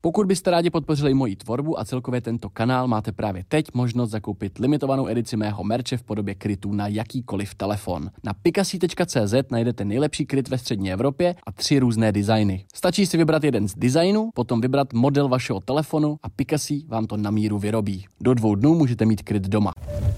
Pokud byste rádi podpořili moji tvorbu a celkově tento kanál, máte právě teď možnost zakoupit limitovanou edici mého merče v podobě krytů na jakýkoliv telefon. Na picassi.cz najdete nejlepší kryt ve střední Evropě a 3 různé designy. Stačí si vybrat jeden z designů, potom vybrat model vašeho telefonu a Picassi vám to na míru vyrobí. Do 2 dnů můžete mít kryt doma.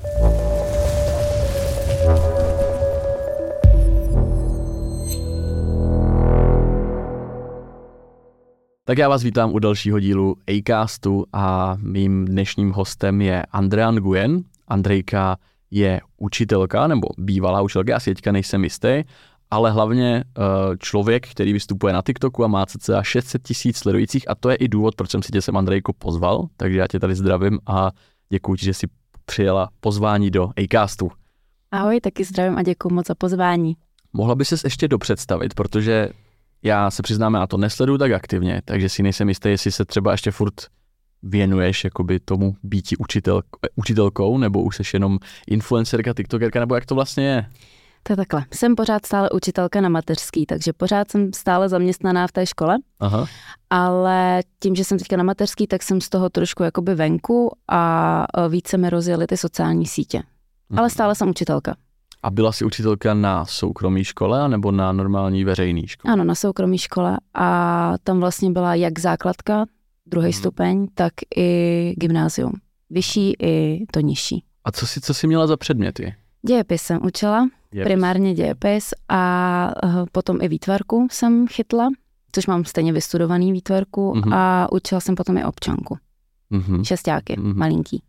Tak já vás vítám u dalšího dílu Acastu a mým dnešním hostem je Andrea Nguyen. Andrejka je učitelka, nebo bývalá učitelka, já si teďka nejsem jistý, ale hlavně člověk, který vystupuje na TikToku a má cca 600 000 sledujících a to je i důvod, proč jsem si tě sem, Andrejko, pozval, takže já tě tady zdravím a děkuji ti, že jsi přijela pozvání do Acastu. Ahoj, taky zdravím a děkuji moc za pozvání. Mohla by ses ještě dopředstavit, protože já se přiznám, já to nesleduju tak aktivně, takže si nejsem jistý, jestli se třeba ještě furt věnuješ jakoby tomu býti učitelkou, nebo už seš jenom influencerka, tiktokerka, nebo jak to vlastně je? To je takhle. Jsem pořád stále učitelka na mateřský, takže pořád jsem stále zaměstnaná v té škole. Aha. Ale tím, že jsem teďka na mateřský, tak jsem z toho trošku jakoby venku a více mi rozjeli ty sociální sítě. Ale stále jsem učitelka. A byla jsi učitelka na soukromé škole nebo na normální veřejné škole? Ano, na soukromé škole a tam vlastně byla jak základka, druhý stupeň, tak i gymnázium. Vyšší i to nižší. A co jsi měla za předměty? Dějepis jsem učila, primárně dějepis a potom i výtvarku jsem chytla, což mám stejně vystudovaný výtvarku a učila jsem potom i občanku. Šestáky, malinký.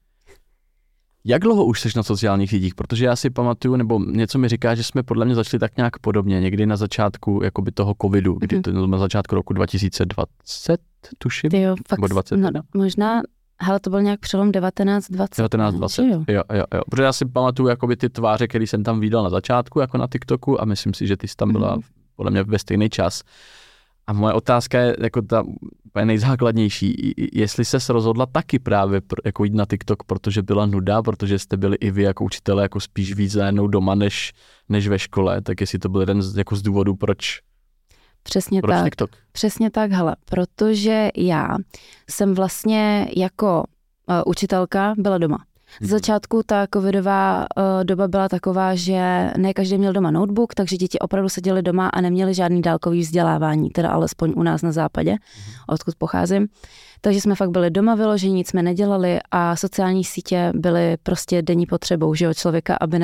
Jak dlouho už jsi na sociálních sítích? Protože já si pamatuju, nebo něco mi říká, že jsme podle mě začali tak nějak podobně, někdy na začátku jakoby toho covidu, kdy to na začátku roku 2020, tuším? Jo, fakt, nebo 21? No, možná, hele, to byl nějak přelom 1920. 1920, jo. Protože já si pamatuju jakoby ty tváře, které jsem tam viděl na začátku, jako na TikToku a myslím si, že ty jsi tam byla podle mě ve stejný čas. A moje otázka je jako ta nejzákladnější, jestli ses rozhodla taky právě jako jít na TikTok, protože byla nuda, protože jste byli i vy jako učitelé jako spíš víc najednou doma než ve škole, tak jestli to byl jeden z důvodů, proč TikTok? Přesně tak, hele, protože já jsem vlastně jako učitelka byla doma. Z začátku ta covidová doba byla taková, že ne každý měl doma notebook, takže děti opravdu seděly doma a neměli žádný dálkový vzdělávání, teda alespoň u nás na západě, odkud pocházím. Takže jsme fakt byli doma vyložení, nic jsme nedělali a sociální sítě byly prostě denní potřebou, že jo, člověka, aby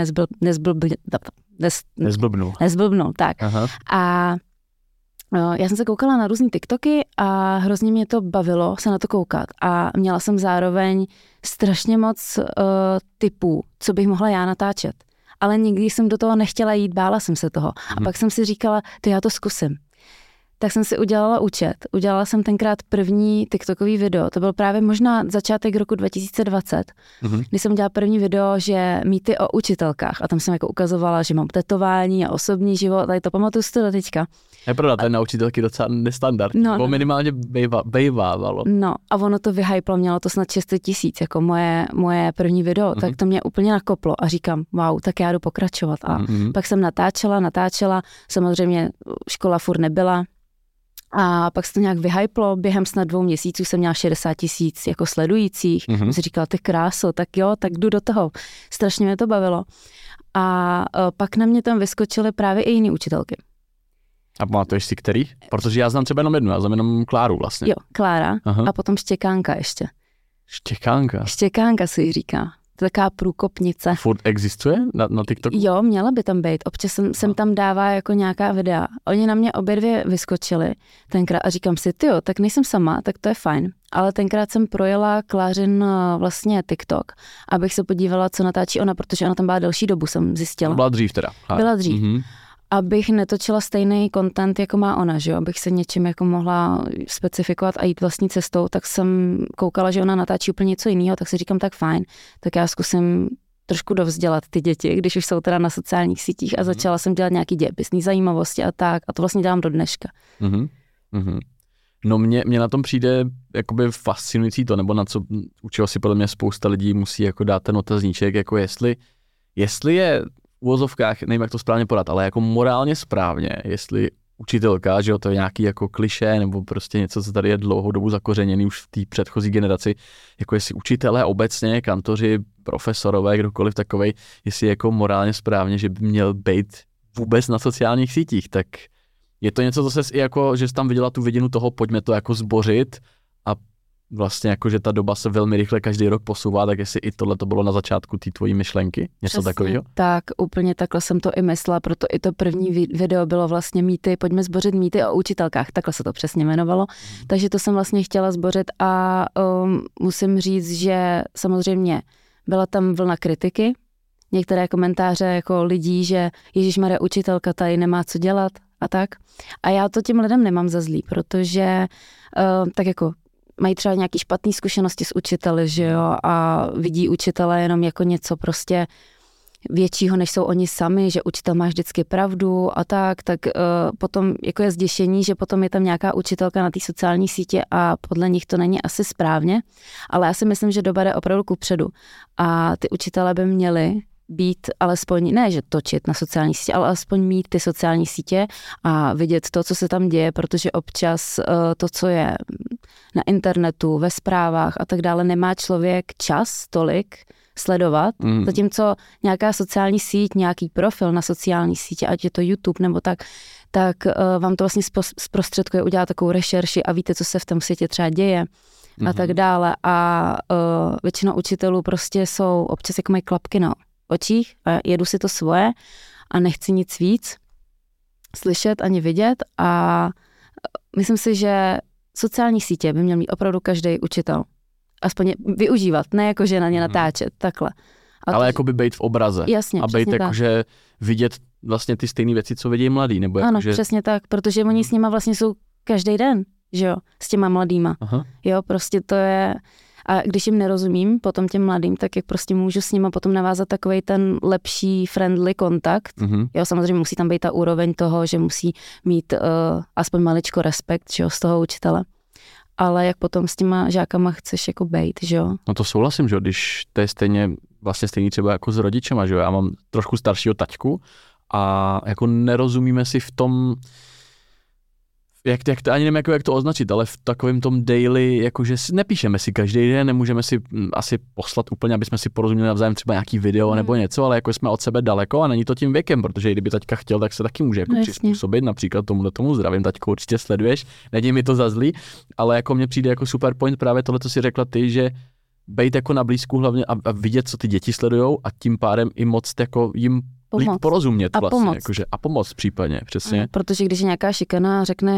nezblbnul, tak. Aha. A já jsem se koukala na různý TikToky a hrozně mě to bavilo se na to koukat a měla jsem zároveň strašně moc tipů, co bych mohla já natáčet. Ale nikdy jsem do toho nechtěla jít, bála jsem se toho. A pak jsem si říkala, já to zkusím. Tak jsem si udělala účet. Udělala jsem tenkrát první TikTokový video. To byl právě možná začátek roku 2020, kdy jsem udělala první video, že mýty o učitelkách. A tam jsem jako ukazovala, že mám tetování a osobní život. Tady to pamatuju si to do teďka. Je pravda, to je na učitelky docela nestandardní. Nebo minimálně bejvávalo. No a ono to vyhyplo, mělo to snad 600 000, jako moje první video. Tak to mě úplně nakoplo a říkám, wow, tak já jdu pokračovat. A pak jsem natáčela. Samozřejmě škola furt nebyla. A pak se to nějak vyhyplo, během snad 2 měsíců jsem měla 60 000 jako sledujících. Jsem si říkala, ty kráso, tak jo, tak jdu do toho. Strašně mě to bavilo. A pak na mě tam vyskočily právě i jiný učitelky. A pamatuješ si který? Protože já znám třeba jenom jednu, já znám jenom Kláru vlastně. Jo, Klára. A potom Štěkánka ještě. Štěkánka? Štěkánka se jí říká. To je taková průkopnice. Furt existuje na TikToku? Jo, měla by tam být. Občas jsem tam dává jako nějaká videa. Oni na mě obě dvě vyskočili tenkrát a říkám si, tyjo, tak nejsem sama, tak to je fajn. Ale tenkrát jsem projela Klářin vlastně TikTok, abych se podívala, co natáčí ona, protože ona tam byla delší dobu, jsem zjistila. Byla dřív teda. Byla dřív. Abych netočila stejný content, jako má ona, že jo, abych se něčím jako mohla specifikovat a jít vlastní cestou, tak jsem koukala, že ona natáčí úplně něco jiného, tak si říkám, tak fajn, tak já zkusím trošku dovzdělat ty děti, když už jsou teda na sociálních sítích a začala jsem dělat nějaký dějepisný zajímavosti a tak a to vlastně dělám do dneška. No mně na tom přijde jakoby fascinující to, nebo na co učilo si podle mě spousta lidí musí jako dát ten otazníček, jako jestli je v uvozovkách, nevím jak to správně podat, ale jako morálně správně, jestli učitelka, že jo, to je nějaký jako klišé nebo prostě něco, co tady je dlouhou dobu zakořeněný už v té předchozí generaci, jako jestli učitelé obecně, kantoři, profesorové, kdokoliv takovej, jestli jako morálně správně, že by měl být vůbec na sociálních sítích, tak je to něco, co ses i jako, že jsi tam viděla tu vidinu toho, pojďme to jako zbořit a vlastně jako, že ta doba se velmi rychle každý rok posouvá, tak jestli i tohle to bylo na začátku té tvojí myšlenky, něco takového? Tak, úplně takhle jsem to i myslela, proto i to první video bylo vlastně mýty, pojďme zbořit mýty o učitelkách, takhle se to přesně jmenovalo, takže to jsem vlastně chtěla zbořit a musím říct, že samozřejmě byla tam vlna kritiky, některé komentáře jako lidí, že ježišmarja, učitelka tady nemá co dělat a tak. A já to těm lidem nemám za zlý, protože tak jako mají třeba nějaké špatné zkušenosti s učiteli, že jo, a vidí učitele jenom jako něco prostě většího, než jsou oni sami, že učitel má vždycky pravdu a tak potom jako je zděšení, že potom je tam nějaká učitelka na té sociální sítě a podle nich to není asi správně, ale já si myslím, že doba jde opravdu kupředu a ty učitelé by měli být alespoň, ne že točit na sociální sítě, ale alespoň mít ty sociální sítě a vidět to, co se tam děje, protože občas to, co je na internetu, ve zprávách a tak dále, nemá člověk čas tolik sledovat, zatímco nějaká sociální síť, nějaký profil na sociální sítě, ať je to YouTube nebo tak vám to vlastně zprostředkuje, udělat takovou rešerši a víte, co se v tom světě třeba děje a tak dále a většina učitelů prostě jsou občas jako mají klapky na očích a jedu si to svoje a nechci nic víc slyšet ani vidět a myslím si, že sociální sítě by měl mít opravdu každý učitel. Aspoň využívat, ne jako že na ně natáčet, takhle. Ale jako by být v obraze. Jasně, a být jako, že vidět vlastně ty stejné věci, co vidí mladí. Nebo jako, ano, že... přesně tak, protože oni s nima vlastně jsou každý den, že jo, s těma mladýma. Aha. Jo, prostě to je... A když jim nerozumím, potom těm mladým, tak jak prostě můžu s nima potom navázat takovej ten lepší friendly kontakt. Jo, samozřejmě musí tam být ta úroveň toho, že musí mít aspoň maličko respekt, že jo, z toho učitele. Ale jak potom s těma žákama chceš jako bejt, že jo? No to souhlasím, že jo, když to je vlastně stejný třeba jako s rodičema, že jo, já mám trošku staršího taťku a jako nerozumíme si v tom, jak to, ani nevím, jak to označit, ale v takovém tom daily, jakože nepíšeme si každý den, nemůžeme si asi poslat úplně, aby jsme si porozuměli navzájem třeba nějaký video nebo něco, ale jako jsme od sebe daleko a není to tím věkem, protože kdyby taťka chtěl, tak se taky může jako přizpůsobit, například tomu zdravím, taťko, určitě sleduješ, nedej mi to za zlý, ale jako mně přijde jako super point právě tohle, co si řekla ty, že bejt jako na blízku hlavně a vidět, co ty děti sledujou a tím pádem i moc jako jim líp porozumět a vlastně, pomoct. jakože, a pomoct případně, přesně. Ano, protože když je nějaká šikana řekne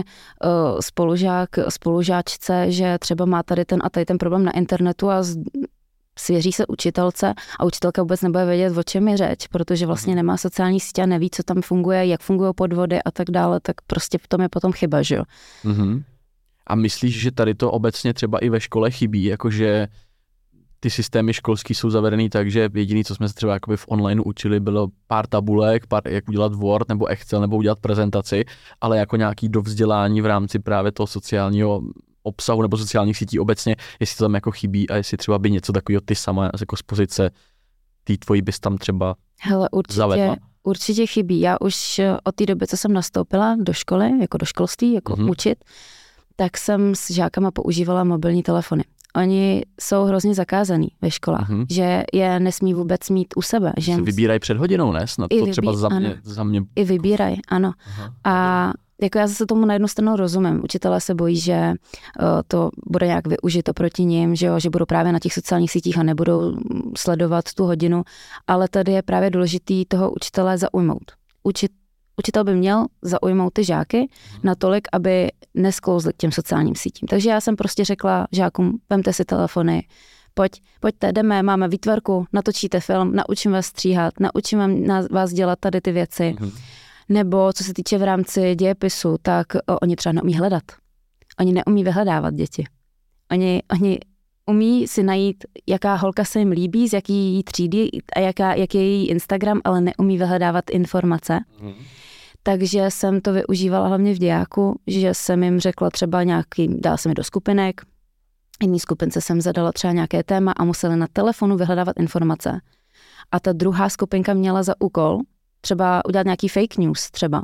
spolužáčce, že třeba má tady ten problém na internetu a svěří se učitelce a učitelka vůbec nebude vědět, o čem je řeč, protože vlastně nemá sociální sítě a neví, co tam funguje, jak fungují podvody a tak dále, tak prostě v tom je potom chyba, že jo. A myslíš, že tady to obecně třeba i ve škole chybí, jakože ty systémy školský jsou zavedený tak, že jediný, co jsme se třeba jakoby v online učili, bylo pár tabulek, jak udělat Word nebo Excel nebo udělat prezentaci, ale jako nějaký dovzdělání v rámci právě toho sociálního obsahu nebo sociálních sítí obecně, jestli to tam jako chybí a jestli třeba by něco takového ty sama jako z pozice tý tvojí bys tam třeba zavedla. Určitě chybí. Já už od té doby, co jsem nastoupila do školy, jako do školství, jako učit, tak jsem s žákama používala mobilní telefony. Oni jsou hrozně zakázaný ve školách, že je nesmí vůbec mít u sebe. Že si vybírají před hodinou, ne? Snad to třeba za mě. I vybírají, ano. A jako já zase tomu na jednu stranu rozumím. Učitelé se bojí, že to bude nějak využito proti nim, že budou právě na těch sociálních sítích a nebudou sledovat tu hodinu, ale tady je právě důležitý toho učitele zaujmout. Učitel by měl zaujmout ty žáky natolik, aby nesklouzli k těm sociálním sítím. Takže já jsem prostě řekla žákům, vemte si telefony, pojďte, jdeme, máme výtvarku, natočíte film, naučím vás stříhat, naučím vás dělat tady ty věci. Nebo co se týče v rámci dějepisu, tak oni třeba neumí hledat. Oni neumí vyhledávat děti. Oni umí si najít, jaká holka se jim líbí, z jaký třídy a jaký je její Instagram, ale neumí vyhledávat informace. Takže jsem to využívala hlavně v dějáku, že jsem jim řekla třeba dala jsem je do skupinek, jedné skupince jsem zadala třeba nějaké téma a museli na telefonu vyhledávat informace. A ta druhá skupinka měla za úkol třeba udělat nějaký fake news třeba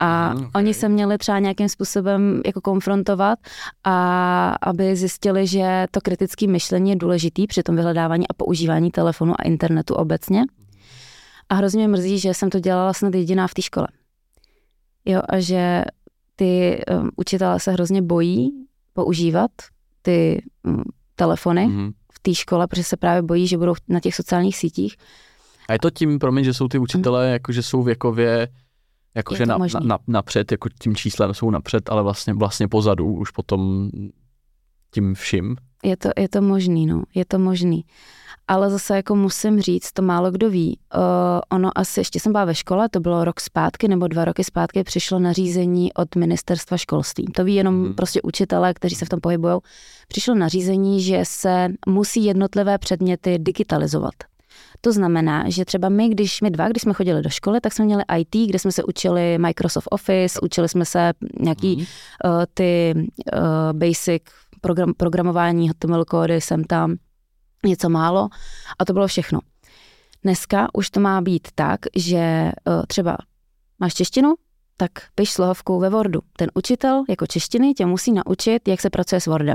A oni se měli třeba nějakým způsobem jako konfrontovat a aby zjistili, že to kritické myšlení je důležitý při tom vyhledávání a používání telefonu a internetu obecně. A hrozně mě mrzí, že jsem to dělala snad jediná v té škole. Jo, a že ty učitelé se hrozně bojí používat ty telefony v té škole, protože se právě bojí, že budou na těch sociálních sítích. A je to tím, promiň, že jsou ty učitelé, jakože jsou věkově, jakože napřed, jako tím číslem jsou napřed, ale vlastně pozadu, už potom tím vším. Je to možný, no, je to možný. Ale zase jako musím říct, to málo kdo ví. Ono asi, ještě jsem byla ve škole, to bylo rok zpátky nebo 2 roky zpátky, přišlo nařízení od ministerstva školství. To ví jenom prostě učitelé, kteří se v tom pohybujou. Přišlo nařízení, že se musí jednotlivé předměty digitalizovat. To znamená, že třeba když jsme chodili do školy, tak jsme měli IT, kde jsme se učili Microsoft Office, učili jsme se nějaký ty basic programování, HTML kódy, sem tam, něco málo a to bylo všechno. Dneska už to má být tak, že třeba máš češtinu, tak piš slohovku ve Wordu. Ten učitel jako češtiny tě musí naučit, jak se pracuje s Wordem.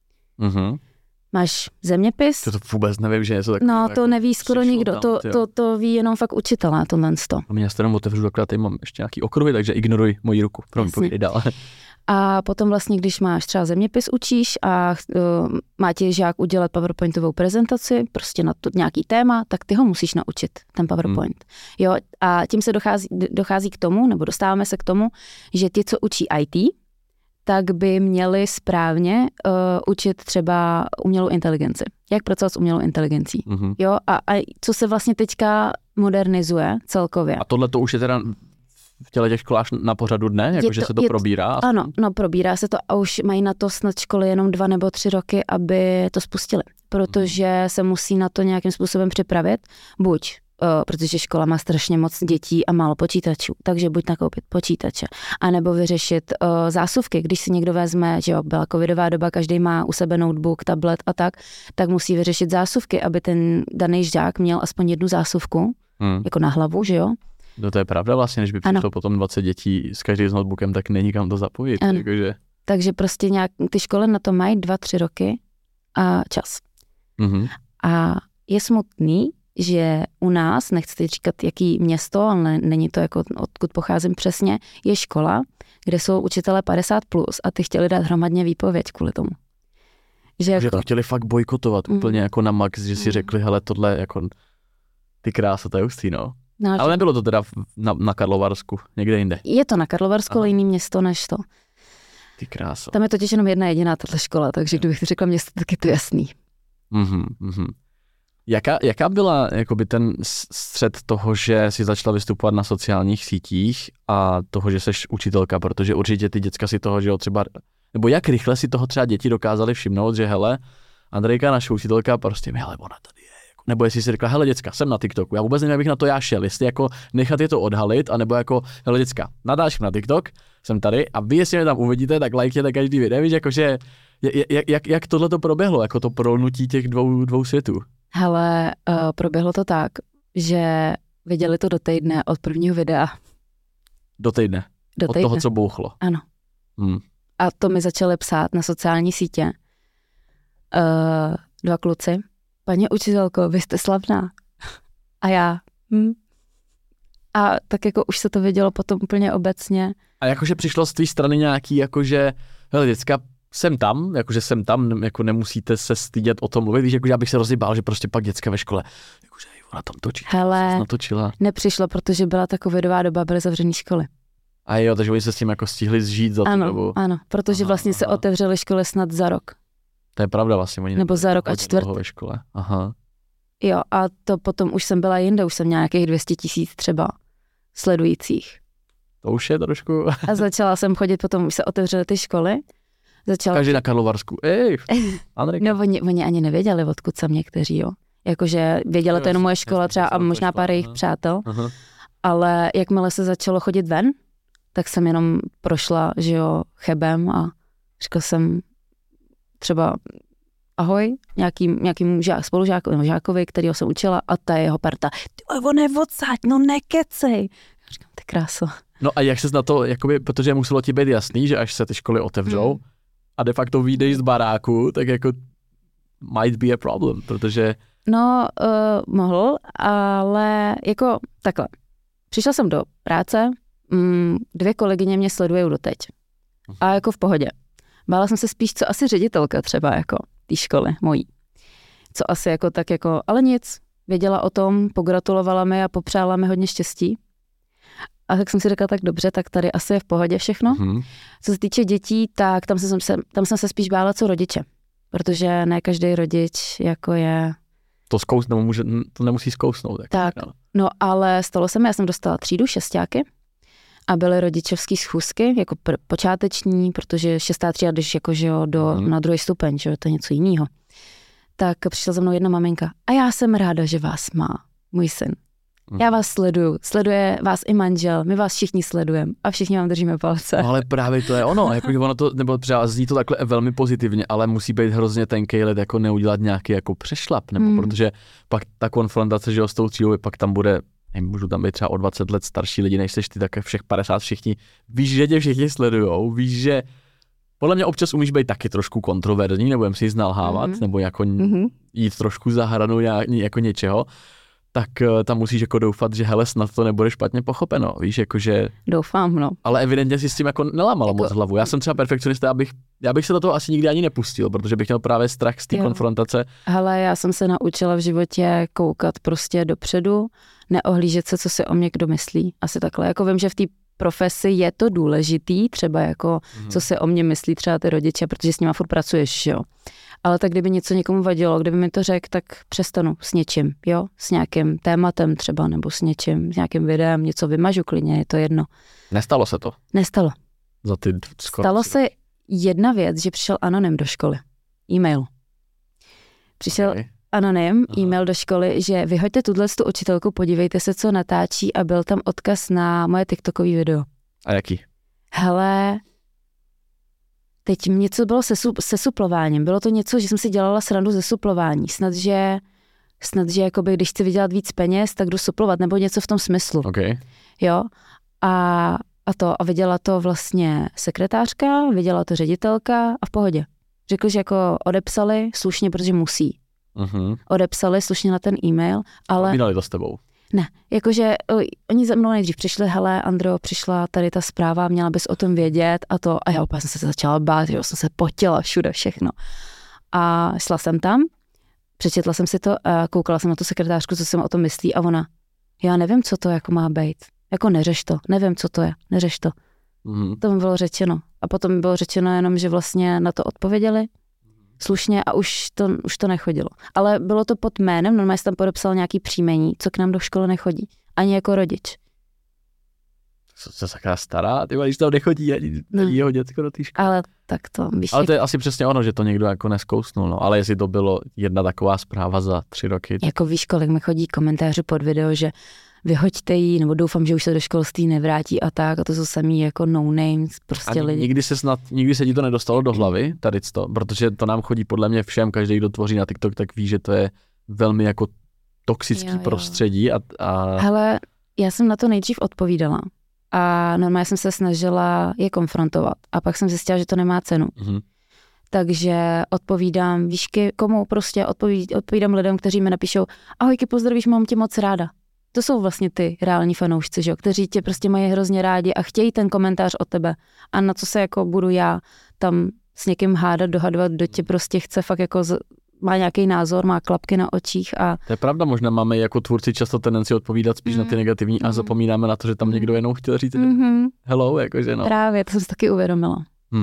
Máš zeměpis. To vůbec nevím, že něco takového. No, to jako neví skoro nikdo. To ví jenom fakt učitelé, tohle. A mě jenom otevřu, takhle tady mám ještě nějaký okruhy, takže ignoruj moji ruku. Promiň, povídej dál. A potom vlastně, když máš třeba zeměpis učíš a má ti žák udělat PowerPointovou prezentaci, prostě na to nějaký téma, tak ty ho musíš naučit, ten PowerPoint. Jo, a tím se dochází k tomu, nebo dostáváme se k tomu, že ti, co učí IT, tak by měli správně učit třeba umělou inteligenci. Jak pracovat s umělou inteligencí. Jo, a co se vlastně teďka modernizuje celkově. A tohle to už je teda v těch školách na pořadu dne, jakože se to probírá? Ano, no probírá se to a už mají na to snad školy jenom 2 nebo 3 roky, aby to spustili. Protože se musí na to nějakým způsobem připravit. Buď protože škola má strašně moc dětí a málo počítačů, takže buď nakoupit počítače, anebo vyřešit zásuvky. Když si někdo vezme, že jo, byla covidová doba, každý má u sebe notebook, tablet a tak musí vyřešit zásuvky, aby ten daný žák měl aspoň jednu zásuvku, jako na hlavu, že jo? No to je pravda vlastně, než by přišlo potom 20 dětí s každým s notebookem, tak není kam to zapojit. Jakože. Takže prostě ty školy na to mají 2-3 roky a čas. A je smutný, že u nás, nechci teď říkat, jaký město, ale není to jako odkud pocházím přesně, je škola, kde jsou učitelé 50+ a ty chtěli dát hromadně výpověď kvůli tomu. Že to chtěli fakt bojkotovat úplně jako na max, že si řekli, hele, tohle jako ty krása, to je hustý, no. Ale nebylo to teda na Karlovarsku, někde jinde. Je to na Karlovarsku, ale jiný město než to. Ty krása. Tam je totiž jenom jedna jediná tato škola, takže kdybych řekla město, tak je to jasný. Jaká byla jakoby ten střed toho, že jsi začala vystupovat na sociálních sítích a toho, že seš učitelka, protože určitě ty děcka si toho, že jo, třeba, nebo jak rychle si toho třeba děti dokázali všimnout, že hele, Andrejka, naše učitelka, prostě hele, ona tady je. Nebo jestli si řekla, hele děcka, jsem na TikToku, já vůbec nevím, jak bych na to já šel, jestli jako nechat je to odhalit, anebo jako, hele děcka, nadáš na TikTok, jsem tady a vy, jestli mě tam uvidíte, tak lajkněte každý video, víš, jakože, jak tohle to proběhlo, jako to prolnutí těch dvou světů? Hele, proběhlo to tak, že viděli to do týdne od prvního videa. Do týdne? Od toho, co bouchlo? Ano. A to mi začali psát na sociální sítě 2 kluci. Paní učitelko, vy jste slavná. A já. A tak jako už se to vidělo potom úplně obecně. A jakože přišlo z tvý strany nějaký, jakože, hele děcka, jsem tam, jako nemusíte se stydět o tom mluvit, víš, jakože já bych se rozjebal, že prostě pak děcka ve škole, jakože ona tam točí. Hele, natočila. Nepřišlo, protože byla ta covidová doba, byly zavřený školy. A jo, takže oni se s tím jako stihli zžít za tu dobu. Ano, protože vlastně se otevřely školy snad za rok. To je pravda vlastně. Oni nebo za rok a čtvrt. Ve škole. Aha. Jo, a to potom už jsem byla jinde, už jsem měla nějakých 200 000 třeba sledujících. To už je trošku. A začala jsem chodit, potom už se otevřely ty školy. Každý na Karlovarsku. No oni ani nevěděli, odkud jsem někteří, jo. Jakože věděla to jenom moje škola třeba a možná pár jejich přátel. Aha. Ale jakmile se začalo chodit ven, tak jsem jenom prošla, že jo, Chebem a řekla jsem třeba ahoj nějakým spolužákovi nebo žákovi, kterýho jsem učila a ta jeho parta. On je odsaď, no nekecej. Říkám, ty kráso. No a jak ses na to, jakoby, protože muselo ti být jasný, že až se ty školy otevřou a de facto vyjdeš z baráku, tak jako might be a problem, protože... No, mohl, ale jako takhle. Přišla jsem do práce, 2 kolegyně mě sledujou doteď. A jako v pohodě. Bála jsem se spíš, co asi ředitelka třeba jako té školy mojí. Co asi jako tak jako, ale nic. Věděla o tom, pogratulovala mi a popřála mi hodně štěstí. A tak jsem si řekla, tak dobře, tak tady asi je v pohodě všechno. Co se týče dětí, tak tam jsem se spíš bála co rodiče. Protože ne každý rodič jako je... To nemusí zkousnout. Tak, no ale stalo se mi, já jsem dostala třídu, 6ťáky a byly rodičovský schůzky, jako počáteční, protože 6. třída jdeš jako, že jo, na 2. stupeň, že jo, to je něco jiného. Tak přišla za mnou jedna maminka a já jsem ráda, že vás má můj syn. Já vás sleduju, sleduje vás i manžel, my vás všichni sledujeme a všichni vám držíme palce. No ale právě to je ono, jako ono to, nebo třeba zní to takhle velmi pozitivně, ale musí být hrozně tenký led, jako neudělat nějaký jako přešlap, nebo protože pak ta konfrontace, že jo, s tou třídou, pak tam bude, můžu tam být třeba o 20 let starší lidi, než seš ty, tak všech 50 všichni, víš, že tě všichni sledujou, víš, že podle mě občas umíš být taky trošku kontroverzní, nebudem si znalhávat, nebo jako jít trošku za hranu jako něčeho, tak tam musíš jako doufat, že hele, snad to nebude špatně pochopeno, víš, jakože... Doufám, no. Ale evidentně si s tím jako nelámala moc hlavu. Já jsem třeba perfekcionista, já bych se do toho asi nikdy ani nepustil, protože bych měl právě strach z té konfrontace. Hele, já jsem se naučila v životě koukat prostě dopředu, neohlížet se, co si o mě kdo myslí. Asi takhle, jako vím, že v té profesi je to důležitý, třeba jako, co si o mě myslí třeba ty rodiče, protože s nima furt pracuješ, jo. Ale tak kdyby něco někomu vadilo, kdyby mi to řekl, tak přestanu s něčím, jo, s nějakým tématem třeba, nebo s něčím, s nějakým videem, něco vymažu klidně, je to jedno. Nestalo se to? Nestalo. Za ty Stalo se jedna věc, že přišel anonym do školy. E-mail. Přišel anonym, e-mail do školy, že vyhoďte tu učitelku, podívejte se, co natáčí a byl tam odkaz na moje TikTokový video. A jaký? Hele... Teď něco bylo se suplováním. Bylo to něco, že jsem si dělala srandu ze suplování. Snad, že jakoby, když chci vydělat víc peněz, tak jdu suplovat, nebo něco v tom smyslu. Okay. Jo. A viděla to vlastně sekretářka, viděla to ředitelka a v pohodě. Řekl, že jako odepsali slušně, protože musí. Odepsali slušně na ten e-mail, ale... Vydali to s tebou. Ne, jakože oni za mnou nejdřív přišli, hele, Andro, přišla tady ta zpráva, měla bys o tom vědět a to, a já úplně jsem se začala bát, že jsem se potila všude, všechno. A šla jsem tam, přečetla jsem si to a koukala jsem na tu sekretářku, co jsem o tom myslí a ona, já nevím, co to jako má být, jako neřeš to, nevím, co to je, neřeš to. To mi bylo řečeno. A potom mi bylo řečeno jenom, že vlastně na to odpověděli slušně a už to nechodilo. Ale bylo to pod jménem, normálně jsem tam podepsal nějaký příjmení, co k nám do školy nechodí. Ani jako rodič. Co se taká stará? Ty když tam nechodí ani jeho děcko do té školy. Ale tak to víš. Ale to je asi přesně ono, že to někdo jako neskousnul. No. Ale jestli to bylo jedna taková zpráva za 3 roky. Jako víš, kolik mi chodí komentáři pod video, že vyhoďte jí, nebo doufám, že už se do školství nevrátí a tak, a to jsou samý jako no names, prostě lidi. Nikdy se ti to nedostalo do hlavy, tady to, protože to nám chodí podle mě všem, každý, kdo tvoří na TikTok, tak ví, že to je velmi jako toxický prostředí a... Hele, já jsem na to nejdřív odpovídala a normálně jsem se snažila je konfrontovat a pak jsem zjistila, že to nemá cenu. Takže odpovídám, víš, komu prostě odpovídám lidem, kteří mi napíšou, ahojky, pozdravíš, mám tě moc ráda. To jsou vlastně ty reální fanoušci, že jo, kteří tě prostě mají hrozně rádi a chtějí ten komentář od tebe. A na co se jako budu já tam s někým hádat, dohadovat, kdo tě prostě chce fakt jako má nějaký názor, má klapky na očích a... To je pravda, možná máme jako tvůrci často tendenci odpovídat spíš na ty negativní a zapomínáme na to, že tam někdo jenom chtěl říct hello, jakože no. Právě, to jsem si taky uvědomila.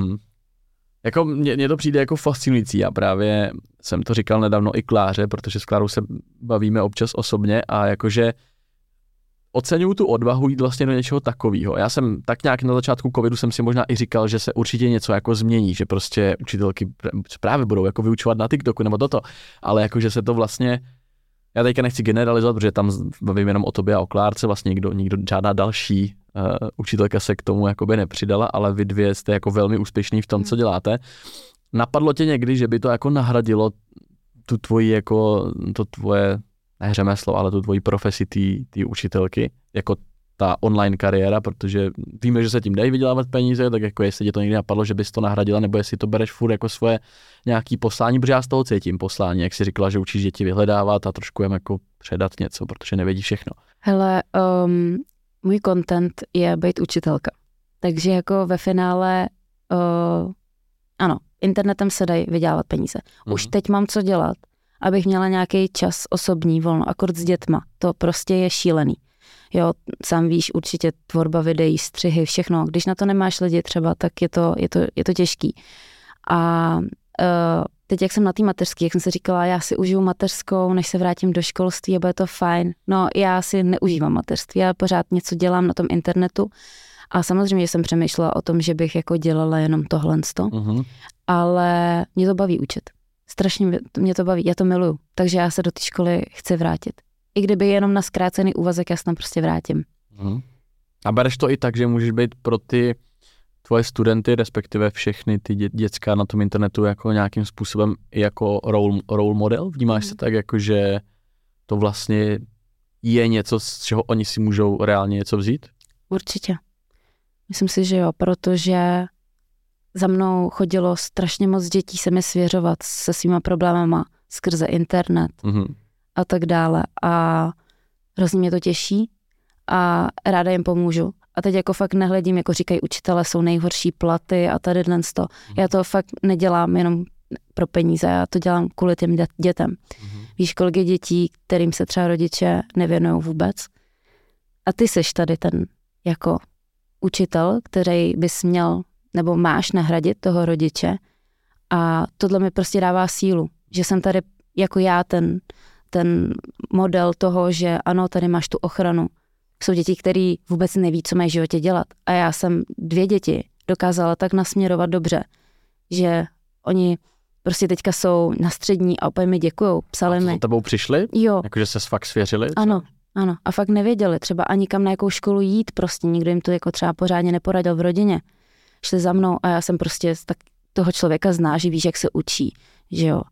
Jako mně to přijde jako fascinující. Já právě jsem to říkal nedávno i Kláře, protože s Klárou se bavíme občas osobně a jakože oceňuju tu odvahu jít vlastně do něčeho takového. Já jsem tak nějak na začátku covidu jsem si možná i říkal, že se určitě něco jako změní, že prostě učitelky právě budou jako vyučovat na TikToku nebo toto, ale jakože se to vlastně, já teďka nechci generalizovat, protože tam bavím jenom o tobě a o Klárce, vlastně nikdo žádná další učitelka se k tomu jakoby nepřidala, ale vy dvě jste jako velmi úspěšný v tom, co děláte. Napadlo tě někdy, že by to jako nahradilo tu tvoji jako, to tvoje, ne řemeslo, ale tu tvoji profesi té učitelky, jako ta online kariéra, protože víme, že se tím dají vydělávat peníze, tak jako jestli tě to někdy napadlo, že bys to nahradila, nebo jestli to bereš furt jako svoje nějaký poslání, protože já z toho cítím poslání, jak jsi říkala, že učíš děti vyhledávat a trošku jim jako předat něco, protože nevědí všechno. Hele, můj content je být učitelka. Takže jako ve finále, ano, internetem se dají vydělávat peníze. Už teď mám co dělat, abych měla nějaký čas osobní, volno, akord s dětma. To prostě je šílený. Jo, sám víš, určitě tvorba videí, střihy, všechno. Když na to nemáš lidi třeba, tak je to těžký. A teď, jak jsem na té mateřské, jak jsem si říkala, já si užiju mateřskou, než se vrátím do školství a bude to fajn. No, já si neužívám mateřství, já pořád něco dělám na tom internetu. A samozřejmě jsem přemýšlela o tom, že bych jako dělala jenom tohle, ale mě to baví učit. Strašně mě to baví, já to miluju. Takže já se do té školy chci vrátit. I kdyby jenom na zkrácený úvazek, já se tam prostě vrátím. A bereš to i tak, že můžeš být pro ty tvoje studenty, respektive všechny ty děcka na tom internetu jako nějakým způsobem jako role model? Vnímáš se tak, jako že to vlastně je něco, z čeho oni si můžou reálně něco vzít? Určitě. Myslím si, že jo, protože za mnou chodilo strašně moc dětí se mi svěřovat se svýma problémama skrze internet a tak dále. A hrozně mě to těší a ráda jim pomůžu. A teď jako fakt nehledím, jako říkají učitelé, jsou nejhorší platy a tady dnes to. Já to fakt nedělám jenom pro peníze, já to dělám kvůli těm dětem. Víš, kolik je dětí, kterým se třeba rodiče nevěnují vůbec. A ty seš tady ten jako učitel, který bys měl nebo máš nahradit toho rodiče a tohle mi prostě dává sílu, že jsem tady jako já ten model toho, že ano, tady máš tu ochranu. Jsou děti, které vůbec neví, co mají v životě dělat a já jsem 2 děti dokázala tak nasměrovat dobře, že oni prostě teďka jsou na střední a opět mi děkujou, psali mi. A za tebou přišli? Jo. Jakože ses fakt svěřili? Ano. Ano, a fakt nevěděli třeba ani kam na jakou školu jít, prostě nikdo jim to jako třeba pořádně neporadil v rodině. Šli za mnou a já jsem prostě tak toho člověka zná, že víš, jak se učí, že jo.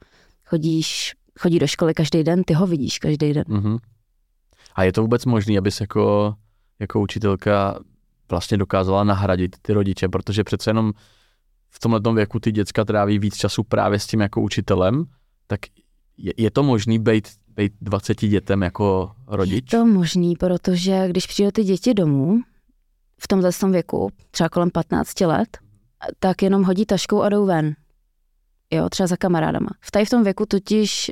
Chodí do školy každý den, ty ho vidíš každý den. A je to vůbec možné, abys jako učitelka vlastně dokázala nahradit ty rodiče, protože přece jenom v tomhletom věku ty děcka tráví víc času právě s tím jako učitelem, tak je to možný být 20 dětem jako rodič? Je to možný, protože když přijdou ty děti domů v tomhle věku, třeba kolem 15 let, tak jenom hodí taškou a jdou ven. Jo, třeba za kamarádama. V tom věku totiž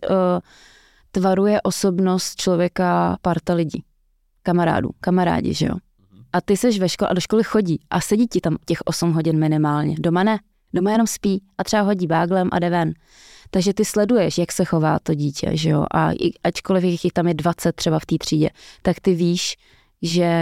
tvaruje osobnost člověka parta lidí. Kamarádi, že jo. A ty seš ve škole a do školy chodí a sedí ti tam těch 8 hodin minimálně. Doma ne. Doma jenom spí a třeba hodí báglem a jde ven. Takže ty sleduješ, jak se chová to dítě, že jo. A ačkoliv jich tam je 20 třeba v té třídě, tak ty víš, že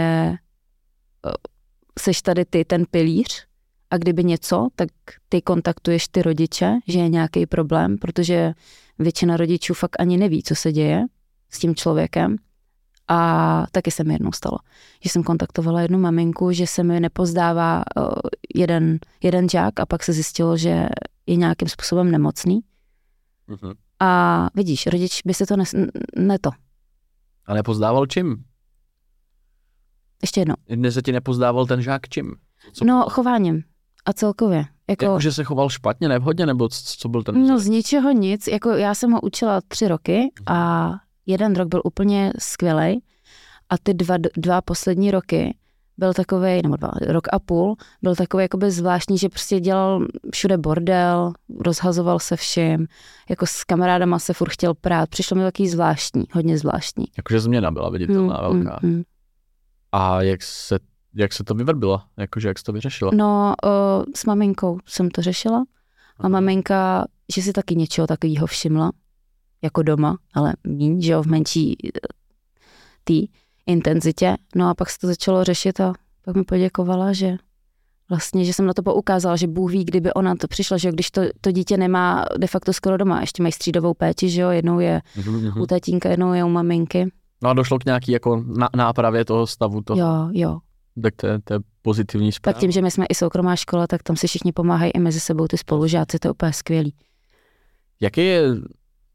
seš tady ty ten pilíř a kdyby něco, tak ty kontaktuješ ty rodiče, že je nějaký problém, protože většina rodičů fakt ani neví, co se děje s tím člověkem. A taky se mi jednou stalo, že jsem kontaktovala jednu maminku, že se mi nepozdává jeden žák a pak se zjistilo, že je nějakým způsobem nemocný. A vidíš, rodič by se to neto. A nepozdával čím? Ještě jednou. Dnes se ti nepozdával ten žák čím? Chováním a celkově. Jako, že se choval špatně, nevhodně, nebo co byl ten? No z ničeho nic, jako já jsem ho učila 3 roky a 1 rok byl úplně skvělej a ty dva poslední roky byl takovej, nebo 2,5 roku, byl takový jakoby zvláštní, že prostě dělal všude bordel, rozhazoval se vším, jako s kamarádama se furt chtěl prát, přišlo mi takový zvláštní, hodně zvláštní. Jakože změna byla viditelná velká. A jak se to vyvrbilo? Jakože jak jsi to vyřešila? No, s maminkou jsem to řešila a maminka, že si taky něčeho takového všimla, jako doma, ale míň, že jo, v menší té intenzitě. No a pak se to začalo řešit a pak mi poděkovala, že vlastně, že jsem na to poukázala, že Bůh ví, kdyby ona to přišla, že jo, když to dítě nemá de facto skoro doma, ještě mají střídovou péči, že jo, jednou je u tatínka, jednou je u maminky. No a došlo k nějaký jako nápravě toho stavu toho. Jo. Tak to je pozitivní zpráva. Tak tím, že my jsme i soukromá škola, tak tam si všichni pomáhají i mezi sebou ty spolužáci, to je úplně skvělý. Jaký je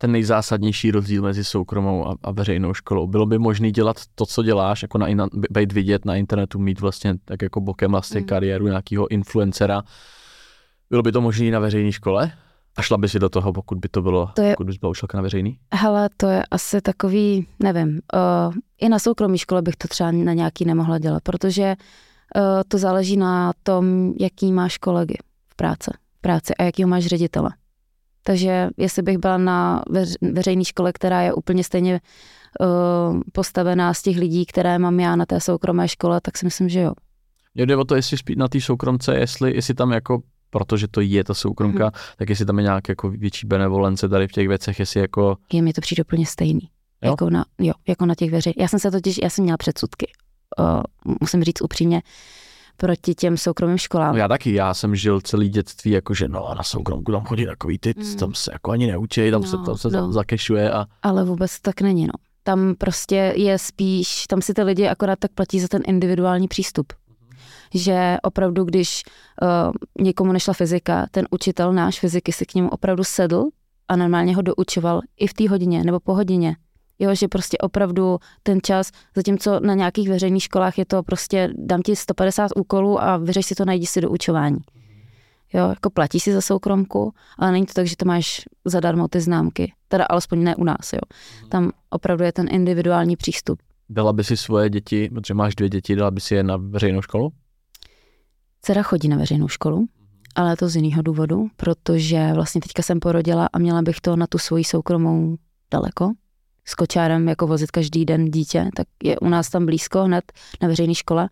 ten nejzásadnější rozdíl mezi soukromou a veřejnou školou? Bylo by možné dělat to, co děláš, jako být vidět na internetu, mít vlastně tak jako bokem vlastně kariéru nějakého influencera. Bylo by to možné na veřejné škole? A šla by si do toho, pokud by to bylo, pokud bys byla učitelka na veřejný? Hele, to je asi takový, nevím, i na soukromé škole bych to třeba na nějaký nemohla dělat, protože to záleží na tom, jaký máš kolegy v práci a jakýho máš ředitele. Takže jestli bych byla na veřejné škole, která je úplně stejně postavená z těch lidí, které mám já na té soukromé škole, tak si myslím, že jo. Mě jde o to, jestli spíš na té soukromce, jestli tam jako, protože to je ta soukromka, tak jestli tam je nějak jako větší benevolence tady v těch věcech, jestli jako... Mi to přijde úplně stejný. Jo? Jako na těch veřejných. Já jsem měla předsudky, musím říct upřímně, proti těm soukromým školám. No já taky, já jsem žil celý dětství jakože na soukromku tam chodí takový tam se jako ani neučí, tam se zakešuje a... Ale vůbec tak není, no. Tam prostě je spíš, tam si ty lidi akorát tak platí za ten individuální přístup. Že opravdu, když někomu nešla fyzika, ten učitel náš fyziky si k němu opravdu sedl a normálně ho doučoval i v té hodině nebo po hodině. Jo, že prostě opravdu ten čas, zatímco na nějakých veřejných školách je to prostě dám ti 150 úkolů a vyřeš si to, najdi si doučování. Jo, jako platí si za soukromku, ale není to tak, že to máš zadarmo ty známky. Teda alespoň ne u nás, jo. Tam opravdu je ten individuální přístup. Dala by si svoje děti, protože máš 2 děti, dala by si je na veřejnou školu? Dcera chodí na veřejnou školu, ale to z jiného důvodu, protože vlastně teďka jsem porodila a měla bych to na tu svoji soukromou daleko. S kočárem jako vozit každý den dítě, tak je u nás tam blízko hned na veřejné škole.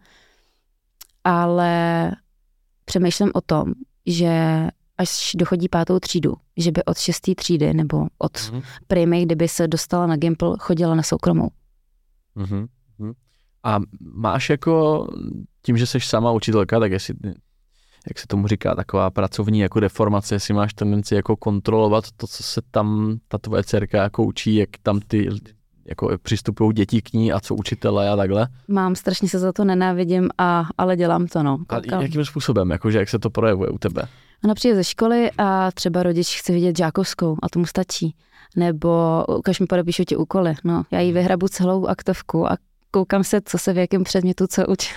Ale přemýšlím o tom, že až dochodí 5. třídu, že by od 6. třídy nebo od primy, kdyby se dostala na Gimpl, chodila na soukromou. A máš jako, tím, že jsi sama učitelka, tak jestli, jak se tomu říká, taková pracovní jako deformace, jestli máš tendenci jako kontrolovat to, co se tam ta tvoje dcerka jako učí, jak tam ty jako přistupují děti k ní a co učitelé a takhle? Mám, strašně se za to nenávidím, ale dělám to, no. A jakým způsobem, jakože jak se to projevuje u tebe? Ona přijde ze školy a třeba rodič chce vidět žákovskou a tomu stačí. Nebo ukaž mi, podepíšu ti úkoly. No, já jí vyhrabu celou aktovku a koukám se, co se v jakém předmětu co učí.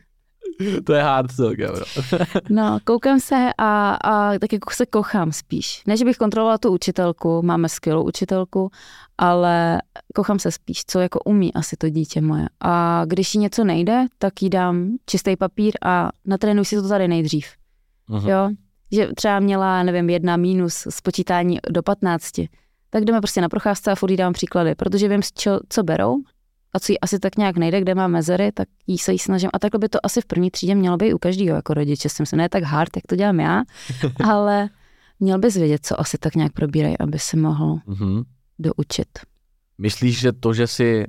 To je hard celkem, bro. No, koukám se a tak jako se kochám spíš. Ne, že bych kontrolovala tu učitelku, máme skvělou učitelku, ale kochám se spíš, co jako umí asi to dítě moje. A když jí něco nejde, tak jí dám čistý papír a natrénuj si to tady nejdřív. Jo? Že třeba měla, nevím, 1 mínus z počítání do 15, tak jdeme prostě na procházce a furt jí dám příklady, protože vím, co berou, a co jí asi tak nějak nejde, kde má mezery, tak jí se jí snažím. A takhle by to asi v první třídě mělo být u každého jako rodiče. S tím se ne tak hard, jak to dělám já, ale měl bys vědět, co asi tak nějak probírají, aby si mohl doučit. Myslíš, že to, že si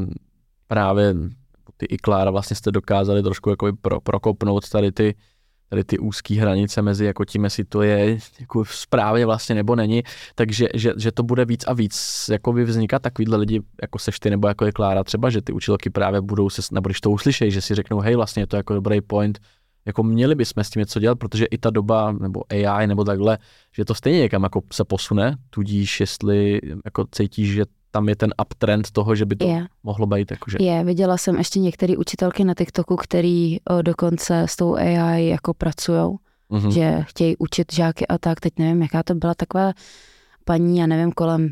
právě ty i Klára vlastně jste dokázali trošku jako prokopnout tady ty úzký hranice mezi jako tím, jestli to je jako správně vlastně nebo není, takže že to bude víc a víc jako vznikat takovýhle lidi, jako seš ty nebo jako je Klára třeba, že ty učitelky právě budou se, nebo když to uslyšejí, že si řeknou, hej, vlastně je to jako dobrý point, jako měli bychom s tím něco dělat, protože i ta doba, nebo AI, nebo takhle, že to stejně někam jako se posune, tudíž jestli jako cítíš, že tam je ten uptrend toho, že by to mohlo být. Jakože. Viděla jsem ještě některé učitelky na TikToku, který dokonce s tou AI jako pracujou, že chtějí učit žáky a tak. Teď nevím, jaká to byla taková paní, já nevím, kolem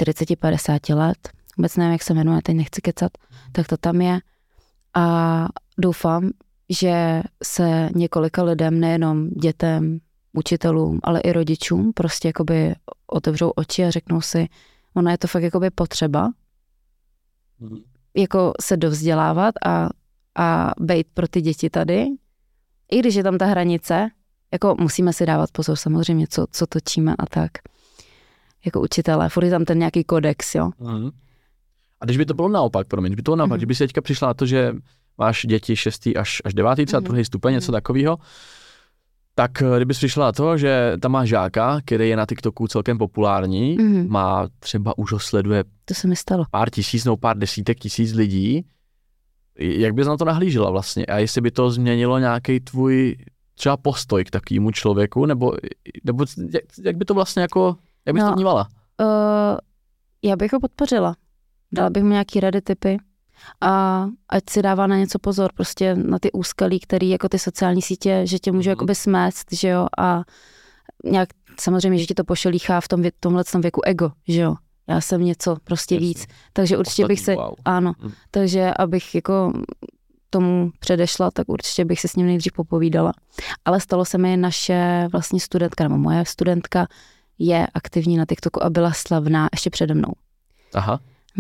40-50 let, vůbec nevím, jak se jmenuje, teď nechci kecat, tak to tam je. A doufám, že se několika lidem, nejenom dětem, učitelům, ale i rodičům prostě jakoby otevřou oči a řeknou si, ona je to fakt jakoby potřeba, jako se dovzdělávat a bejt pro ty děti tady. I když je tam ta hranice, jako musíme si dávat pozor samozřejmě, co točíme a tak. Jako učitelé, furt je tam ten nějaký kodex, jo. A když by to bylo naopak, že by si teďka přišla na to, že máš děti 6. až 9. třeba 2. stupeň, něco takového, tak kdybys přišla na to, že tam má žáka, který je na TikToku celkem populární, má třeba už ho sleduje to se mi stalo. Pár tisíc nebo pár desítek tisíc lidí, jak bys na to nahlížela vlastně? A jestli by to změnilo nějaký tvůj třeba postoj k takovému člověku, nebo jak by to vlastně jako, jak bys to vnímala? Já bych ho podpořila. Dala bych mu nějaký rady, tipy a ať si dává na něco pozor, prostě na ty úskalí, který jako ty sociální sítě, že tě můžu jakoby smést, že jo, a nějak samozřejmě, že ti to pošelíchá v tomhletom věku ego, že jo. Já jsem něco prostě víc, takže určitě bych se, ano, takže abych jako tomu předešla, tak určitě bych se s ním nejdřív popovídala. Ale stalo se mi naše vlastně studentka, nebo moje studentka je aktivní na TikToku a byla slavná ještě přede mnou. Aha.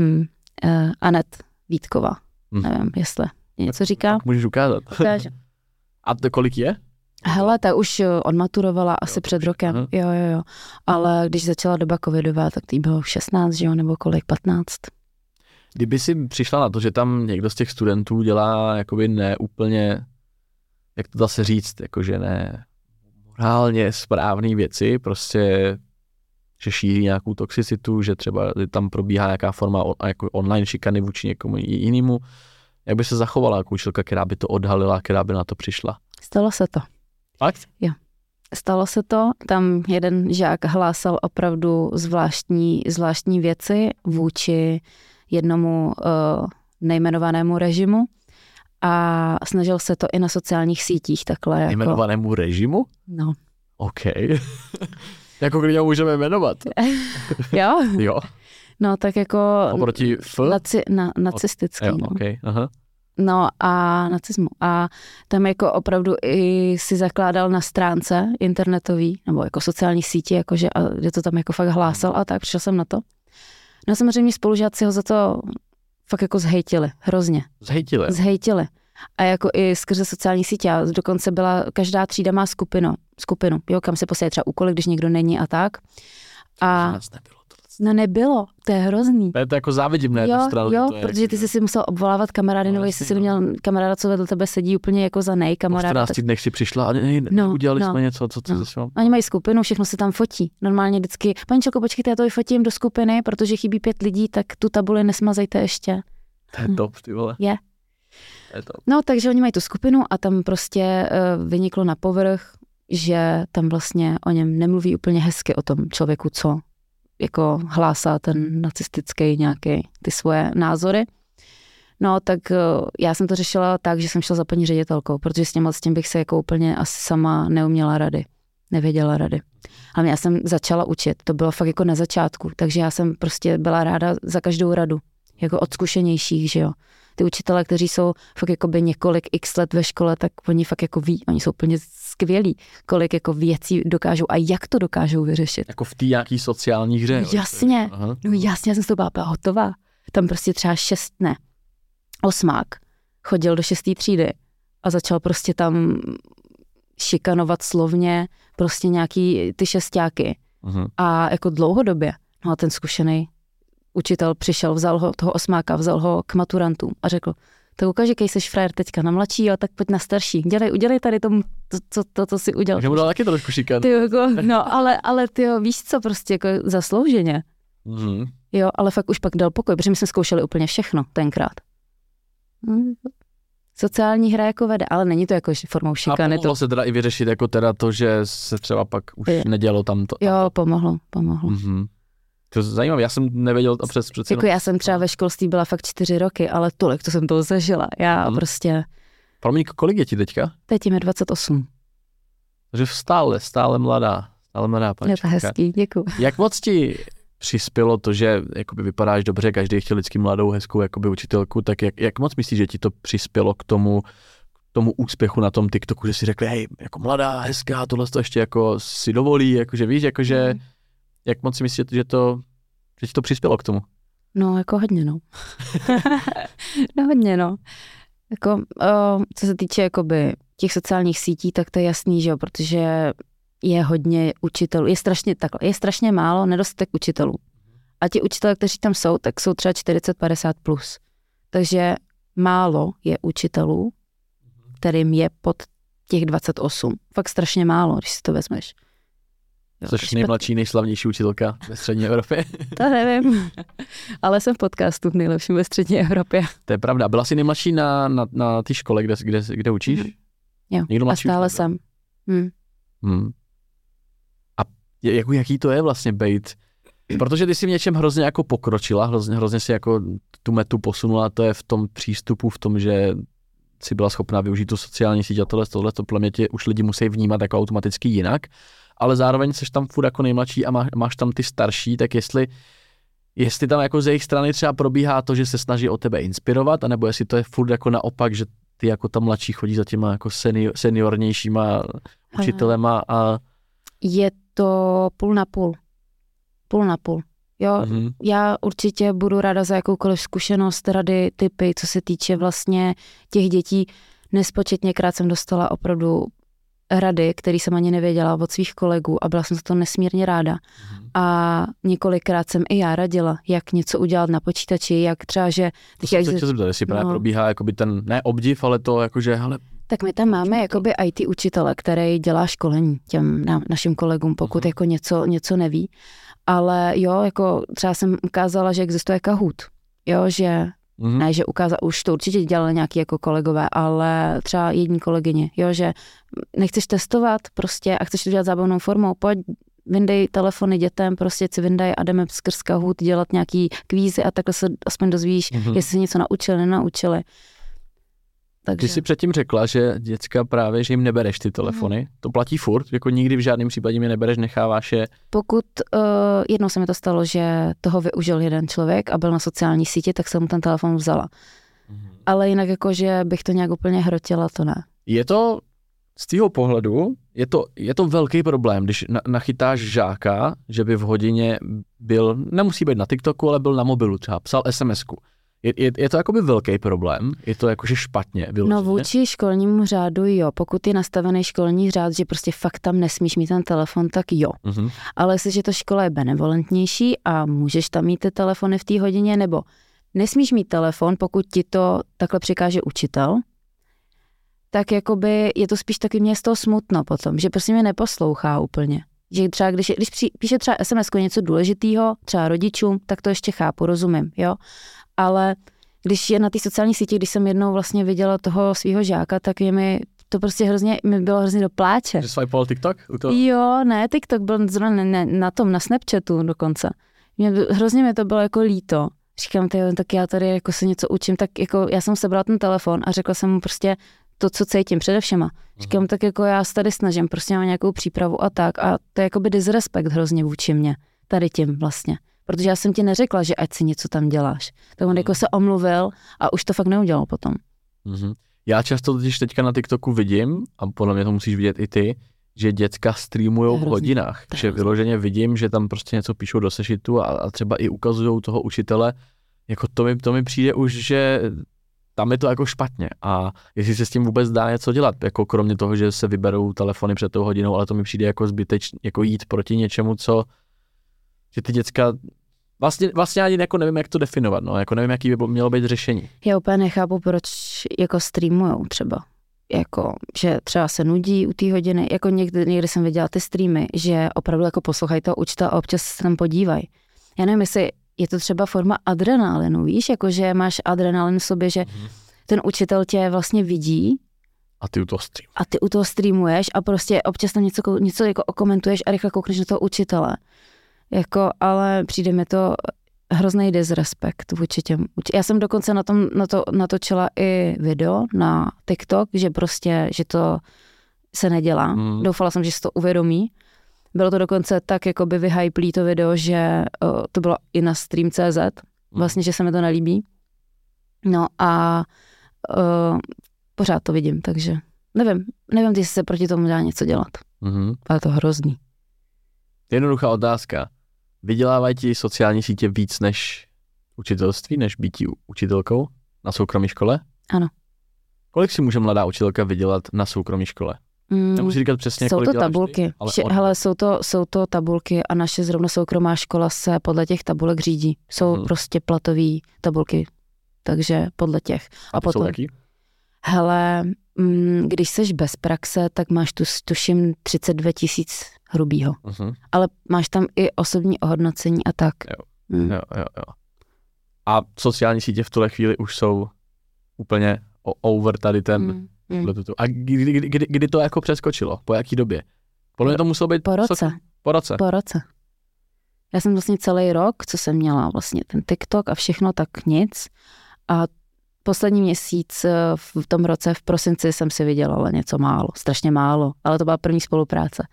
Anet Vítková. Nevím, jestli něco říká. Můžeš ukázat. Ukáže. A to kolik je? Hele, ta už odmaturovala asi před rokem. Aha. Jo. Ale když začala doba covidová, tak jí bylo 16, že jo, nebo kolik, 15. Kdyby si přišla na to, že tam někdo z těch studentů dělá jakoby ne úplně, jak to zase říct, jakože ne morálně správné věci, prostě že šíří nějakou toxicitu, že třeba tam probíhá nějaká forma jako online šikany vůči někomu jinému, jak by se zachovala jako učitelka, která by to odhalila, která by na to přišla? Stalo se to. Fakt? Jo. Stalo se to, tam jeden žák hlásal opravdu zvláštní věci vůči jednomu nejmenovanému režimu a snažil se to i na sociálních sítích takhle. Nejmenovanému režimu? No. OK. Jako když ho můžeme jmenovat. Jo? Jo. No tak jako... Oproti nacistický. Jo, okay. Aha. No a nacismu. A tam jako opravdu i si zakládal na stránce internetový, nebo jako sociální síti, jakože a kde to tam jako fakt hlásal a tak, přišel jsem na to. No samozřejmě spolužáci ho za to fakt jako zhejtili, hrozně. Zhejtili. A jako i skrze sociální sítě, a dokonce každá třída má skupinu, jo, kam se posílají třeba úkoly, když někdo není a tak. A nebylo, to je hrozný. To jako závidím na jednu stranu. Jo, to je, protože ty jsi si musel obvolávat kamarády, nebo jestli jsi měl kamaráda, co vedle tebe sedí úplně jako za kamaráda. Po 14 dnech si přišla a udělali jsme něco, co se vám... Oni mají skupinu, všechno se tam fotí. Normálně vždycky, paní Čelko, počkejte, já to vyfotím do skupiny, protože chybí 5 lidí, tak tu tabuli nesmazejte ještě. To je top, ty vole. Je. No, takže oni mají tu skupinu a tam prostě vyniklo na povrch, že tam vlastně o něm nemluví úplně hezky o tom člověku, co jako hlásá ten nacistický nějaký ty svoje názory. No, tak já jsem to řešila tak, že jsem šla za paní ředitelkou, protože s tím bych se jako úplně asi sama neuměla rady, nevěděla rady. Ale já jsem začala učit, to bylo fakt jako na začátku, takže já jsem prostě byla ráda za každou radu, jako od zkušenějších, že jo. Ty učitelé, kteří jsou fakt jako by několik x let ve škole, tak oni fakt jako ví, oni jsou úplně skvělí, kolik jako věcí dokážou a jak to dokážou vyřešit. Jako v té nějaký sociální hře. Jasně, já jsem z toho byla hotová. Tam prostě třeba 8. chodil do 6. třídy a začal prostě tam šikanovat slovně prostě nějaký ty šestáky. A jako dlouhodobě. No a ten zkušený učitel přišel, vzal ho toho 8, vzal ho k maturantům a řekl, tak ukáž, jaký jsi frajer teďka na mladší, jo, tak pojď na starší. Udělej tady tomu, co si udělal. Takže mu dal taky trošku šikan. No, ale ty víš co, prostě jako zaslouženě. Jo, ale fakt už pak dal pokoj, protože my jsme zkoušeli úplně všechno tenkrát. Sociální hra jako vede, ale není to jako formou šikany. A pomohlo se teda i vyřešit jako teda to, že se třeba pak už nedělo tam to. Jo, pomohlo. To je zajímavé, já jsem nevěděl to přes jako já jsem třeba ve školství byla fakt 4 roky, ale tolik, to jsem toho zažila. Já prostě... Promiň, kolik je ti teďka? Teď je 28. Takže stále mladá pačka. Je to hezký, děkuji. Jak moc ti přispělo to, že jakoby vypadáš dobře, každý chtěl vždycky mladou, hezkou jakoby učitelku, tak jak moc myslíš, že ti to přispělo k tomu úspěchu na tom TikToku, že si řekli, hej, jako mladá, hezká, tohle to ještě jako si dovolí, jakože víš, jakože jak moc si myslíš, že ti to přispělo k tomu? No, jako hodně, no. Hodně, no. Jako, co se týče jakoby těch sociálních sítí, tak to je jasný, že jo, protože je hodně učitelů, je strašně málo nedostatek učitelů. A ti učitelé, kteří tam jsou, tak jsou třeba 40-50 plus. Takže málo je učitelů, kterým je pod těch 28. Fakt strašně málo, když si to vezmeš. Jsi nejmladší, nejslavnější učitelka ve střední Evropě. To nevím, ale jsem v podcastu nejlepším ve střední Evropě. To je pravda. Byla jsi nejmladší na té škole, kde učíš? Jo, a stále jsem. A jaký to je vlastně být Protože ty si v něčem hrozně jako pokročila, hrozně si jako tu metu posunula, to je v tom přístupu, v tom, že si byla schopná využít tu sociální síť a tohle, to podle mě tě už lidi musí vnímat jako automaticky jinak, ale zároveň jsi tam furt jako nejmladší a máš tam ty starší, tak jestli tam jako z jejich strany třeba probíhá to, že se snaží o tebe inspirovat, anebo jestli to je furt jako naopak, že ty jako tam mladší chodí za těma jako seniornějšíma učitelema a... Je to půl na půl. Půl na půl. Jo, já určitě budu ráda za jakoukoliv zkušenost, rady, tipy, co se týče vlastně těch dětí. Nespočetněkrát jsem dostala opravdu rady, které jsem ani nevěděla od svých kolegů a byla jsem za to nesmírně ráda. A několikrát jsem i já radila, jak něco udělat na počítači, jak třeba, že... Jestli právě probíhá jakoby ten, ne obdiv, ale to jakože, hele... Tak my tam máme jakoby IT učitele, který dělá školení těm našim kolegům, pokud jako něco neví. Ale jo, jako třeba jsem ukázala, že existuje Kahoot. Jo, že ne, že ukázala, už to určitě dělali nějaký jako kolegové, ale třeba jední kolegyně, jo, že nechceš testovat prostě a chceš to dělat zábavnou formou, pojď, vyndej telefony dětem, prostě si vyndaj a jdeme skrz Kahoot dělat nějaký kvízy a takhle se aspoň dozvíš, jestli se něco naučili, nenaučili. Takže... Ty jsi předtím řekla, že děcka právě, že jim nebereš ty telefony. To platí furt? Jako nikdy v žádném případě mi nebereš, necháváš je? Pokud jednou se mi to stalo, že toho využil jeden člověk a byl na sociální síti, tak jsem mu ten telefon vzala. Ale jinak jako, že bych to nějak úplně hrotila, to ne. Je to z tvýho pohledu, je to velký problém, když nachytáš žáka, že by v hodině byl, nemusí být na TikToku, ale byl na mobilu třeba, psal SMS-ku. Je to jakoby velký problém? Je to jakože špatně? Vyloženě? No vůči školnímu řádu jo. Pokud je nastavený školní řád, že prostě fakt tam nesmíš mít ten telefon, tak jo. Ale jestliže to škola je benevolentnější a můžeš tam mít ty telefony v té hodině, nebo nesmíš mít telefon, pokud ti to takhle přikáže učitel, tak jakoby je to spíš taky mě z toho smutno potom, že prostě mě neposlouchá úplně. Že třeba když píše třeba SMS-ko něco důležitého, třeba rodičům, tak to ještě chápu, rozumím, jo. Ale když je na té sociální síti, když jsem jednou vlastně viděla toho svého žáka, tak mi to prostě mi bylo hrozně do pláče. Že swipeoval TikTok? Jo, ne, TikTok byl zrovna na Snapchatu dokonce. Hrozně mi to bylo jako líto. Říkám, tak já tady jako se něco učím, tak jako já jsem sebrala ten telefon a řekla jsem mu prostě to, co cítím především. Říkám, tak jako já se tady snažím, prostě mám nějakou přípravu a tak. A to je jakoby disrespekt hrozně vůči mě. Tady tím vlastně. Protože já jsem ti neřekla, že ať si něco tam děláš. Tak on jako se omluvil a už to fakt neudělal potom. Já často totiž teďka na TikToku vidím, a podle mě to musíš vidět i ty, že děcka streamujou v hodinách. Že vyloženě vidím, že tam prostě něco píšou do sešitu a třeba i ukazujou toho učitele. Jako to mi přijde už, že tam je to jako špatně. A jestli se s tím vůbec dá něco dělat, jako kromě toho, že se vyberou telefony před tou hodinou, ale to mi přijde jako zbytečně, jako jít proti něčemu, co že ty děcka, vlastně ani jako nevím, jak to definovat, no, jako nevím, jaký by mělo být řešení. Já úplně nechápu, proč jako streamujou třeba. Jako, že třeba se nudí u té hodiny, jako někdy jsem viděla ty streamy, že opravdu jako poslouchají toho učitele a občas se tam podívají. Já nevím, jestli je to třeba forma adrenalinu, víš, jako že máš adrenalin v sobě, že ten učitel tě vlastně vidí a ty u toho streamuješ a prostě občas tam něco jako okomentuješ a rychle koukneš na toho učitele. Jako, ale přijde mi to hrozný disrespekt vůči těm. Já jsem dokonce natočila i video na TikTok, že prostě, že to se nedělá. Doufala jsem, že si to uvědomí. Bylo to dokonce tak jakoby vyhyplý to video, že to bylo i na stream.cz, vlastně, že se mi to nelíbí. No a pořád to vidím, takže nevím, jestli se proti tomu dá něco dělat. Ale to hrozný. Jednoduchá otázka. Vydělávají ti sociální sítě víc než učitelství, než býtí učitelkou na soukromé škole? Ano. Kolik si může mladá učitelka vydělat na soukromé škole? Nemusí říkat přesně, jsou kolik to tabulky. Hele, jsou to tabulky a naše zrovna soukromá škola se podle těch tabulek řídí. Jsou prostě platové tabulky, takže podle těch. A potom jsou jaký? Hele, když seš bez praxe, tak máš tu tuším 32 000 hrubýho. Ale máš tam i osobní ohodnocení a tak. Jo. A sociální sítě v tuhle chvíli už jsou úplně over tady ten... A kdy to jako přeskočilo? Po jaký době? Podle mě to muselo být... Po roce. Po roce. Já jsem vlastně celý rok, co jsem měla vlastně ten TikTok a všechno, tak nic. A poslední měsíc v tom roce, v prosinci, jsem si vydělala něco málo, strašně málo, ale to byla první spolupráce.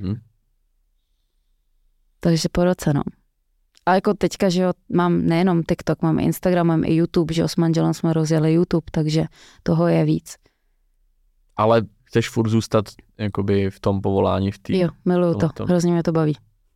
Takže po roce, no. A jako teďka, že jo, mám nejenom TikTok, mám Instagram, mám i YouTube, že jo, s manželem jsme rozjeli YouTube, takže toho je víc. Ale chceš furt zůstat jakoby v tom povolání, v tým? Jo, miluju to, hrozně mě to baví.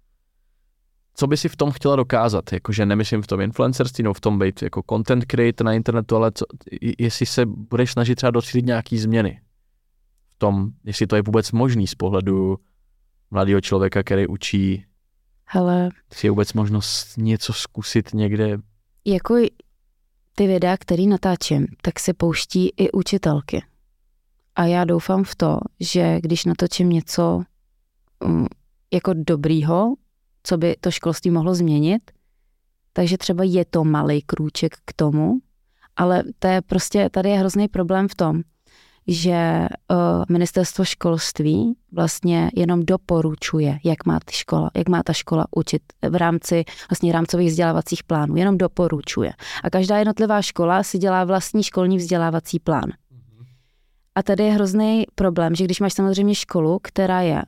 Co by si v tom chtěla dokázat? Jakože nemyslím v tom influencerství, no v tom být jako content creator na internetu, ale jestli se budeš snažit třeba docílit nějaký změny v tom, jestli to je vůbec možný z pohledu mladého člověka, který učí. Hele. Jestli je vůbec možnost něco zkusit někde. Jako ty videa, který natáčím, tak se pouští i učitelky. A já doufám v to, že když natočím něco jako dobrýho, co by to školství mohlo změnit, takže třeba je to malý krůček k tomu, ale to je prostě, tady je hrozný problém v tom, že ministerstvo školství vlastně jenom doporučuje, jak má ta škola učit v rámci vlastně rámcových vzdělávacích plánů, jenom doporučuje. A každá jednotlivá škola si dělá vlastní školní vzdělávací plán. A tady je hrozný problém, že když máš samozřejmě školu, která je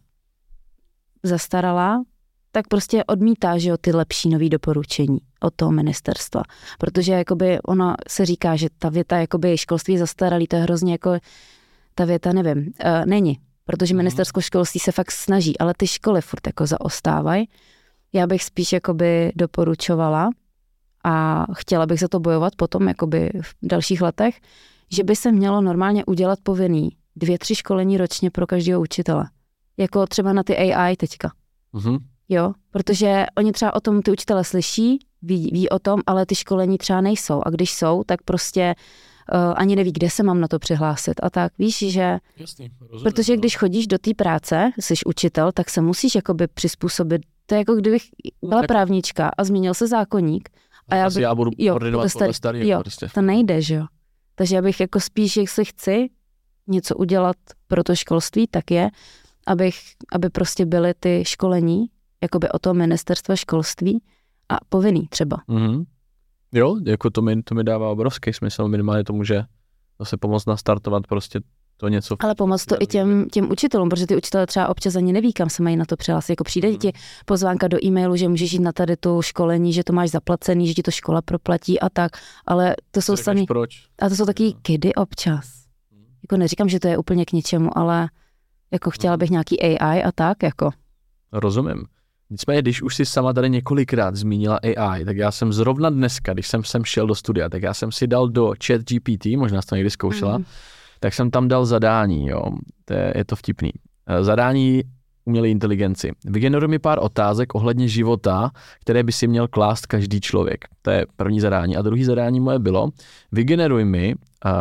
zastaralá, tak prostě odmítá, že jo, ty lepší nový doporučení od toho ministerstva. Protože jakoby ono se říká, že ta věta jakoby školství je zastaralý, to je hrozně jako ta věta, nevím, není. Protože ministerstvo školství se fakt snaží, ale ty školy furt jako zaostávají. Já bych spíš jakoby doporučovala a chtěla bych za to bojovat potom jakoby v dalších letech, že by se mělo normálně udělat povinný 2-3 školení ročně pro každého učitele. Jako třeba na ty AI teďka. Jo, protože oni třeba o tom ty učitele slyší, ví o tom, ale ty školení třeba nejsou. A když jsou, tak prostě ani neví, kde se mám na to přihlásit. A tak víš, že... Jasný, rozumím, protože když chodíš do té práce, jsi učitel, tak se musíš jakoby přizpůsobit. To je jako kdybych byla právnička a změnil se zákoník. A já budu ordinovat podle starý. Jo, prostě. To nejde, že jo. Takže já bych jako spíš, jestli chci něco udělat pro to školství, tak je, aby prostě byly ty školení jakoby o tom ministerstva školství a povinný třeba. Jo, jako to mi dává obrovský smysl, minimálně to může zase pomoct nastartovat prostě to něco. Ale pomoct to i těm učitelům, protože ty učitelé třeba občas ani neví, kam se mají na to přihlásit. Jako přijde ti pozvánka do e-mailu, že můžeš jít na tady tu školení, že to máš zaplacený, že ti to škola proplatí a tak, ale to jsou samý... A to jsou taky kidy občas. Jako neříkám, že to je úplně k ničemu, ale jako chtěla bych nějaký AI a tak, jako. Rozumím. Nicméně, když už jsi sama tady několikrát zmínila AI, tak já jsem zrovna dneska, když jsem sem šel do studia, tak já jsem si dal do ChatGPT, možná jsi to někdy zkoušela, tak jsem tam dal zadání, jo, je to vtipný. Zadání umělé inteligenci. Vygeneruj mi pár otázek ohledně života, které by si měl klást každý člověk. To je první zadání. A druhý zadání moje bylo, vygeneruj mi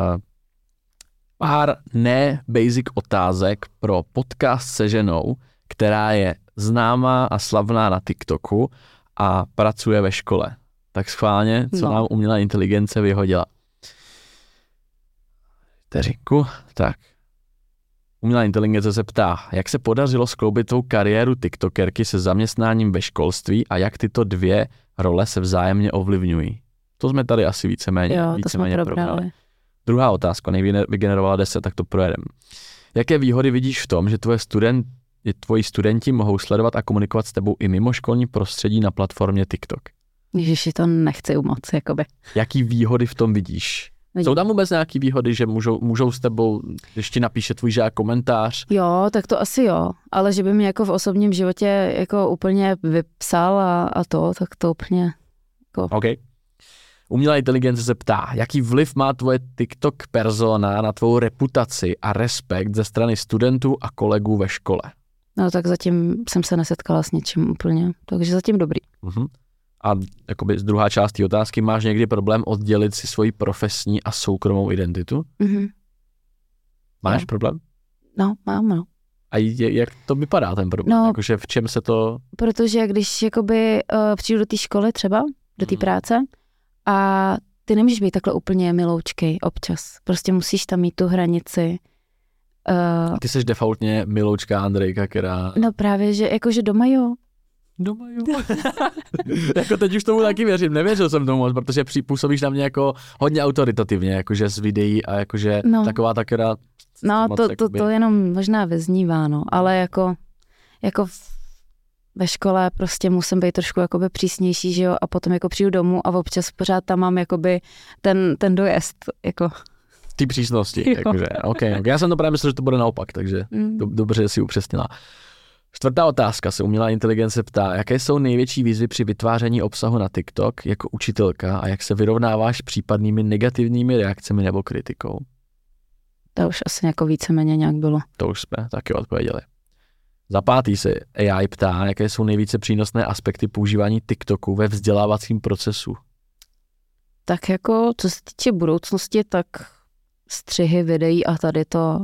pár ne-basic otázek pro podcast se ženou, která je známá a slavná na TikToku a pracuje ve škole. Tak schválně, co nám umělá inteligence vyhodila. Teřinku, tak. Umělá inteligence se ptá, jak se podařilo skloubit tvou kariéru TikTokerky se zaměstnáním ve školství a jak tyto dvě role se vzájemně ovlivňují. To jsme tady asi víceméně probrali. Druhá otázka, vygenerovala 10, tak to projedeme. Jaké výhody vidíš v tom, že tvoji studenti mohou sledovat a komunikovat s tebou i mimo školní prostředí na platformě TikTok? Ježiši, to nechci moc, jakoby. Jaký výhody v tom vidíš? Jsou tam vůbec nějaký výhody, že můžou s tebou, když ti napíše tvůj žák komentář? Jo, tak to asi jo, ale že by mě jako v osobním životě jako úplně vypsal a to, tak to úplně jako... OK. Umělá inteligence se ptá, jaký vliv má tvoje TikTok persona na tvou reputaci a respekt ze strany studentů a kolegů ve škole? No tak zatím jsem se nesetkala s něčím úplně, takže zatím dobrý. A jakoby druhá část té otázky, máš někdy problém oddělit si svoji profesní a soukromou identitu? Máš problém? No, mám, no. A jak to vypadá ten problém? No, jakože v čem se to... Protože když jakoby přijdu do té školy třeba, do té práce a ty nemůžeš být takhle úplně miloučkej občas. Prostě musíš tam mít tu hranici. A ty jsi defaultně miloučka Andrejka, která... No právě, že jakože doma jo. Doma jo. Jako teď už tomu taky věřím, nevěřil jsem tomu moc, protože působíš na mě jako hodně autoritativně, jakože z videí a jakože taková takera. No to jenom možná vyznívá, no, ale jako ve škole prostě musím být trošku jakoby přísnější, že jo, a potom jako přijdu domů a občas pořád tam mám jakoby ten dojezd, jako. Ty přísnosti, jakože, okay. Já jsem to právě myslel, že to bude naopak, takže dobře, že si upřesnila. 4. otázka se umělá inteligence ptá, jaké jsou největší výzvy při vytváření obsahu na TikTok jako učitelka a jak se vyrovnáváš s případnými negativními reakcemi nebo kritikou? To už asi jako víceméně nějak bylo. To už jsme taky odpověděli. Za 5. se AI ptá, jaké jsou nejvíce přínosné aspekty používání TikToku ve vzdělávacím procesu. Tak jako, co se týče budoucnosti, tak střihy videí a tady to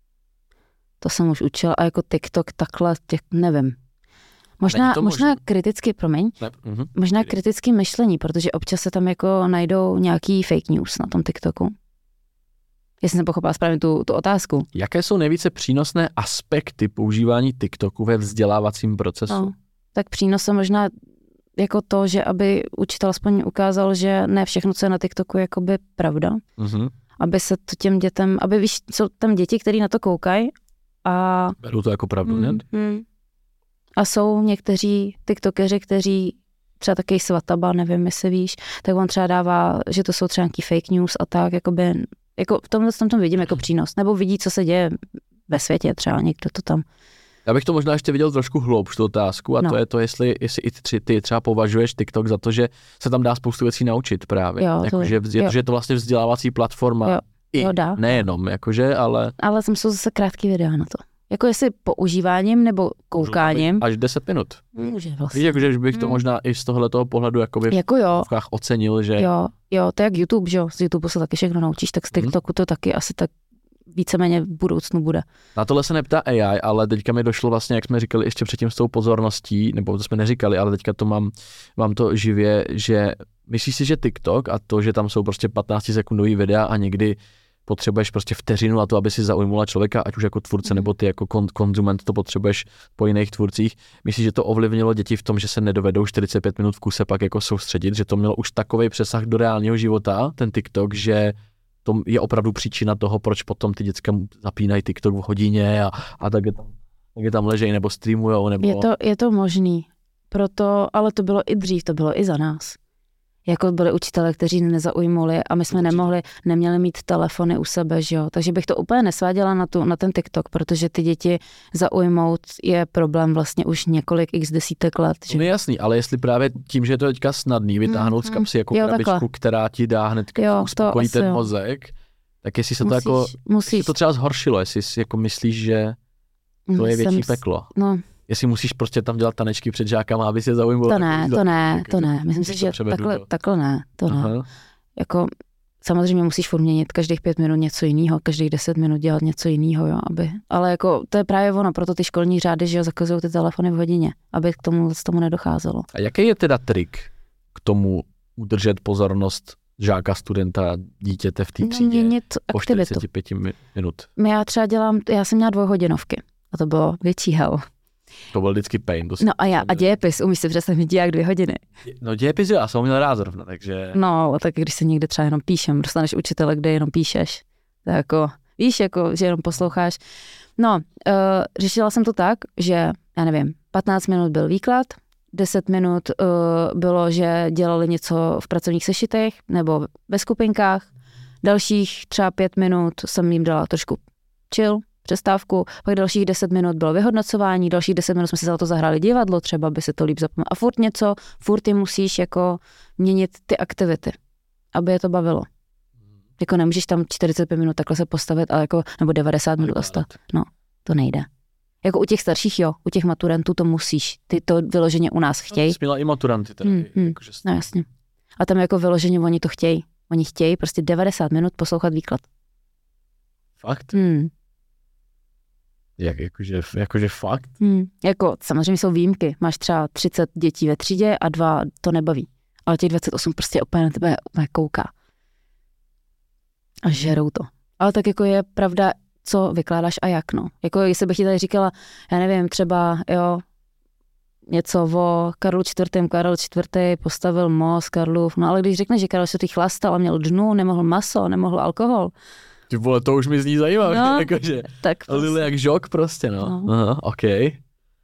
jsem už učila a jako TikTok takhle, nevím. Možná kriticky, možná kritické myšlení, protože občas se tam jako najdou nějaký fake news na tom TikToku. Jestli jsem pochopila správně tu otázku. Jaké jsou nejvíce přínosné aspekty používání TikToku ve vzdělávacím procesu? No, tak přínos je možná jako to, že aby učitel aspoň ukázal, že ne všechno, co je na TikToku, je jakoby pravda. Mm-hmm. Aby se to těm dětem, aby víš, co tam děti, který na to koukají a... Berou to jako pravdu, ne? A jsou někteří TikTokeři, kteří třeba taky Svataba, nevím, jestli víš, tak on třeba dává, že to jsou třeba nějaký fake news a tak, jakoby, jako v tomhle tom vidím jako přínos, nebo vidí, co se děje ve světě, třeba někdo to tam. Já bych to možná ještě viděl trošku hloubš, tu otázku, a to je to, jestli i ty třeba považuješ TikTok za to, že se tam dá spoustu věcí naučit právě. Jo, že je to vlastně vzdělávací platforma. Jo, dá. Nejenom, jakože, ale... Ale tam jsou zase krátký videa na to. Jako jestli používáním nebo koukáním. Až 10 minut. Může vlastně. Víš, jakože bych to možná i z tohohletoho pohledu jakoby jako jo. v ocenil, že... Jo, to je jak YouTube, že jo, z YouTube se taky všechno naučíš, tak z TikToku to taky asi tak víceméně v budoucnu bude. Na tohle se neptá AI, ale teďka mi došlo vlastně, jak jsme říkali ještě předtím s tou pozorností, nebo to jsme neříkali, ale teďka to mám to živě, že myslíš si, že TikTok a to, že tam jsou prostě 15-sekundový videa a někdy potřebuješ prostě vteřinu na to, aby si zaujmula člověka, ať už jako tvůrce nebo ty jako konzument to potřebuješ po jiných tvůrcích. Myslíš, že to ovlivnilo děti v tom, že se nedovedou 45 minut v kuse pak jako soustředit, že to mělo už takový přesah do reálného života, ten TikTok, že to je opravdu příčina toho, proč potom ty děcka zapínají TikTok v hodině a tak je tam ležejí nebo streamujou. Nebo... Je to možný, ale to bylo i dřív, to bylo i za nás. Jako byli učitelé, kteří nezaujmuli a my jsme neměli mít telefony u sebe, že jo. Takže bych to úplně nesváděla na ten TikTok, protože ty děti zaujmout je problém vlastně už několik x desítek let. Že? No jasný, ale jestli právě tím, že je to teďka snadný vytáhnout z kapsy jako krabičku, takhle, která ti dá hned uspokojí ten mozek, tak jestli se to jako, jestli to třeba zhoršilo, jestli jako myslíš, že to je větší peklo. No. Jestli musíš prostě tam dělat tanečky před žákama, aby se zaujmul. To ne. Myslím si, že takhle ne. Jako samozřejmě musíš furt měnit každých 5 minut něco jiného, každých 10 minut dělat něco jiného, jo, ale jako to je právě ono, proto ty školní řády, že jo, zakazují ty telefony v hodině, aby k tomu nedocházelo. A jaký je teda trik k tomu udržet pozornost žáka, studenta, dítěte v té třídě po 45 minut? Já jsem měla 2hodinovky a to bylo větší hell. To byl vždycky pain. No a dějepis, umíš si představit děják 2 hodiny. No dějepis jo, já jsem ho měl rád zrovna, takže... No, tak když se někde třeba jenom píšem, dostaneš učitele, kde jenom píšeš, tak jako, víš, jako, že jenom posloucháš. No, řešila jsem to tak, že, já nevím, 15 minut byl výklad, 10 minut bylo, že dělali něco v pracovních sešitech nebo ve skupinkách, dalších třeba 5 minut jsem jim dala trošku chill, přestávku, pak dalších 10 minut bylo vyhodnocování, dalších 10 minut jsme si za to zahráli divadlo, třeba by se to líp zapomnělo. A furt ty musíš jako měnit ty aktivity, aby je to bavilo. Jako nemůžeš tam 45 minut takhle se postavit, ale jako, nebo 90 minut ostat. No, to nejde. Jako u těch starších jo, u těch maturantů to musíš. Ty to vyloženě u nás chtějí. No, měla i maturanty tady. No jasně. A tam jako vyloženě oni to chtějí. Oni chtějí prostě 90 minut poslouchat výklad. Fakt? Jakože fakt? Jako samozřejmě jsou výjimky. Máš třeba 30 dětí ve třídě a 2 to nebaví. Ale těch 28 prostě úplně na tebe kouká. A žerou to. Ale tak jako je pravda, co vykládáš a jak, no. Jako jestli bych ti tady říkala, já nevím, třeba, jo, něco o Karlu IV. Karel IV. Postavil most Karlův, no ale když řekne, že Karel IV. Chlastal a měl dnu, nemohl maso, nemohl alkohol. Ty vole, to už mi zní zajímavě, no, jakože tak Lily jak žok prostě, no. Aha, okej.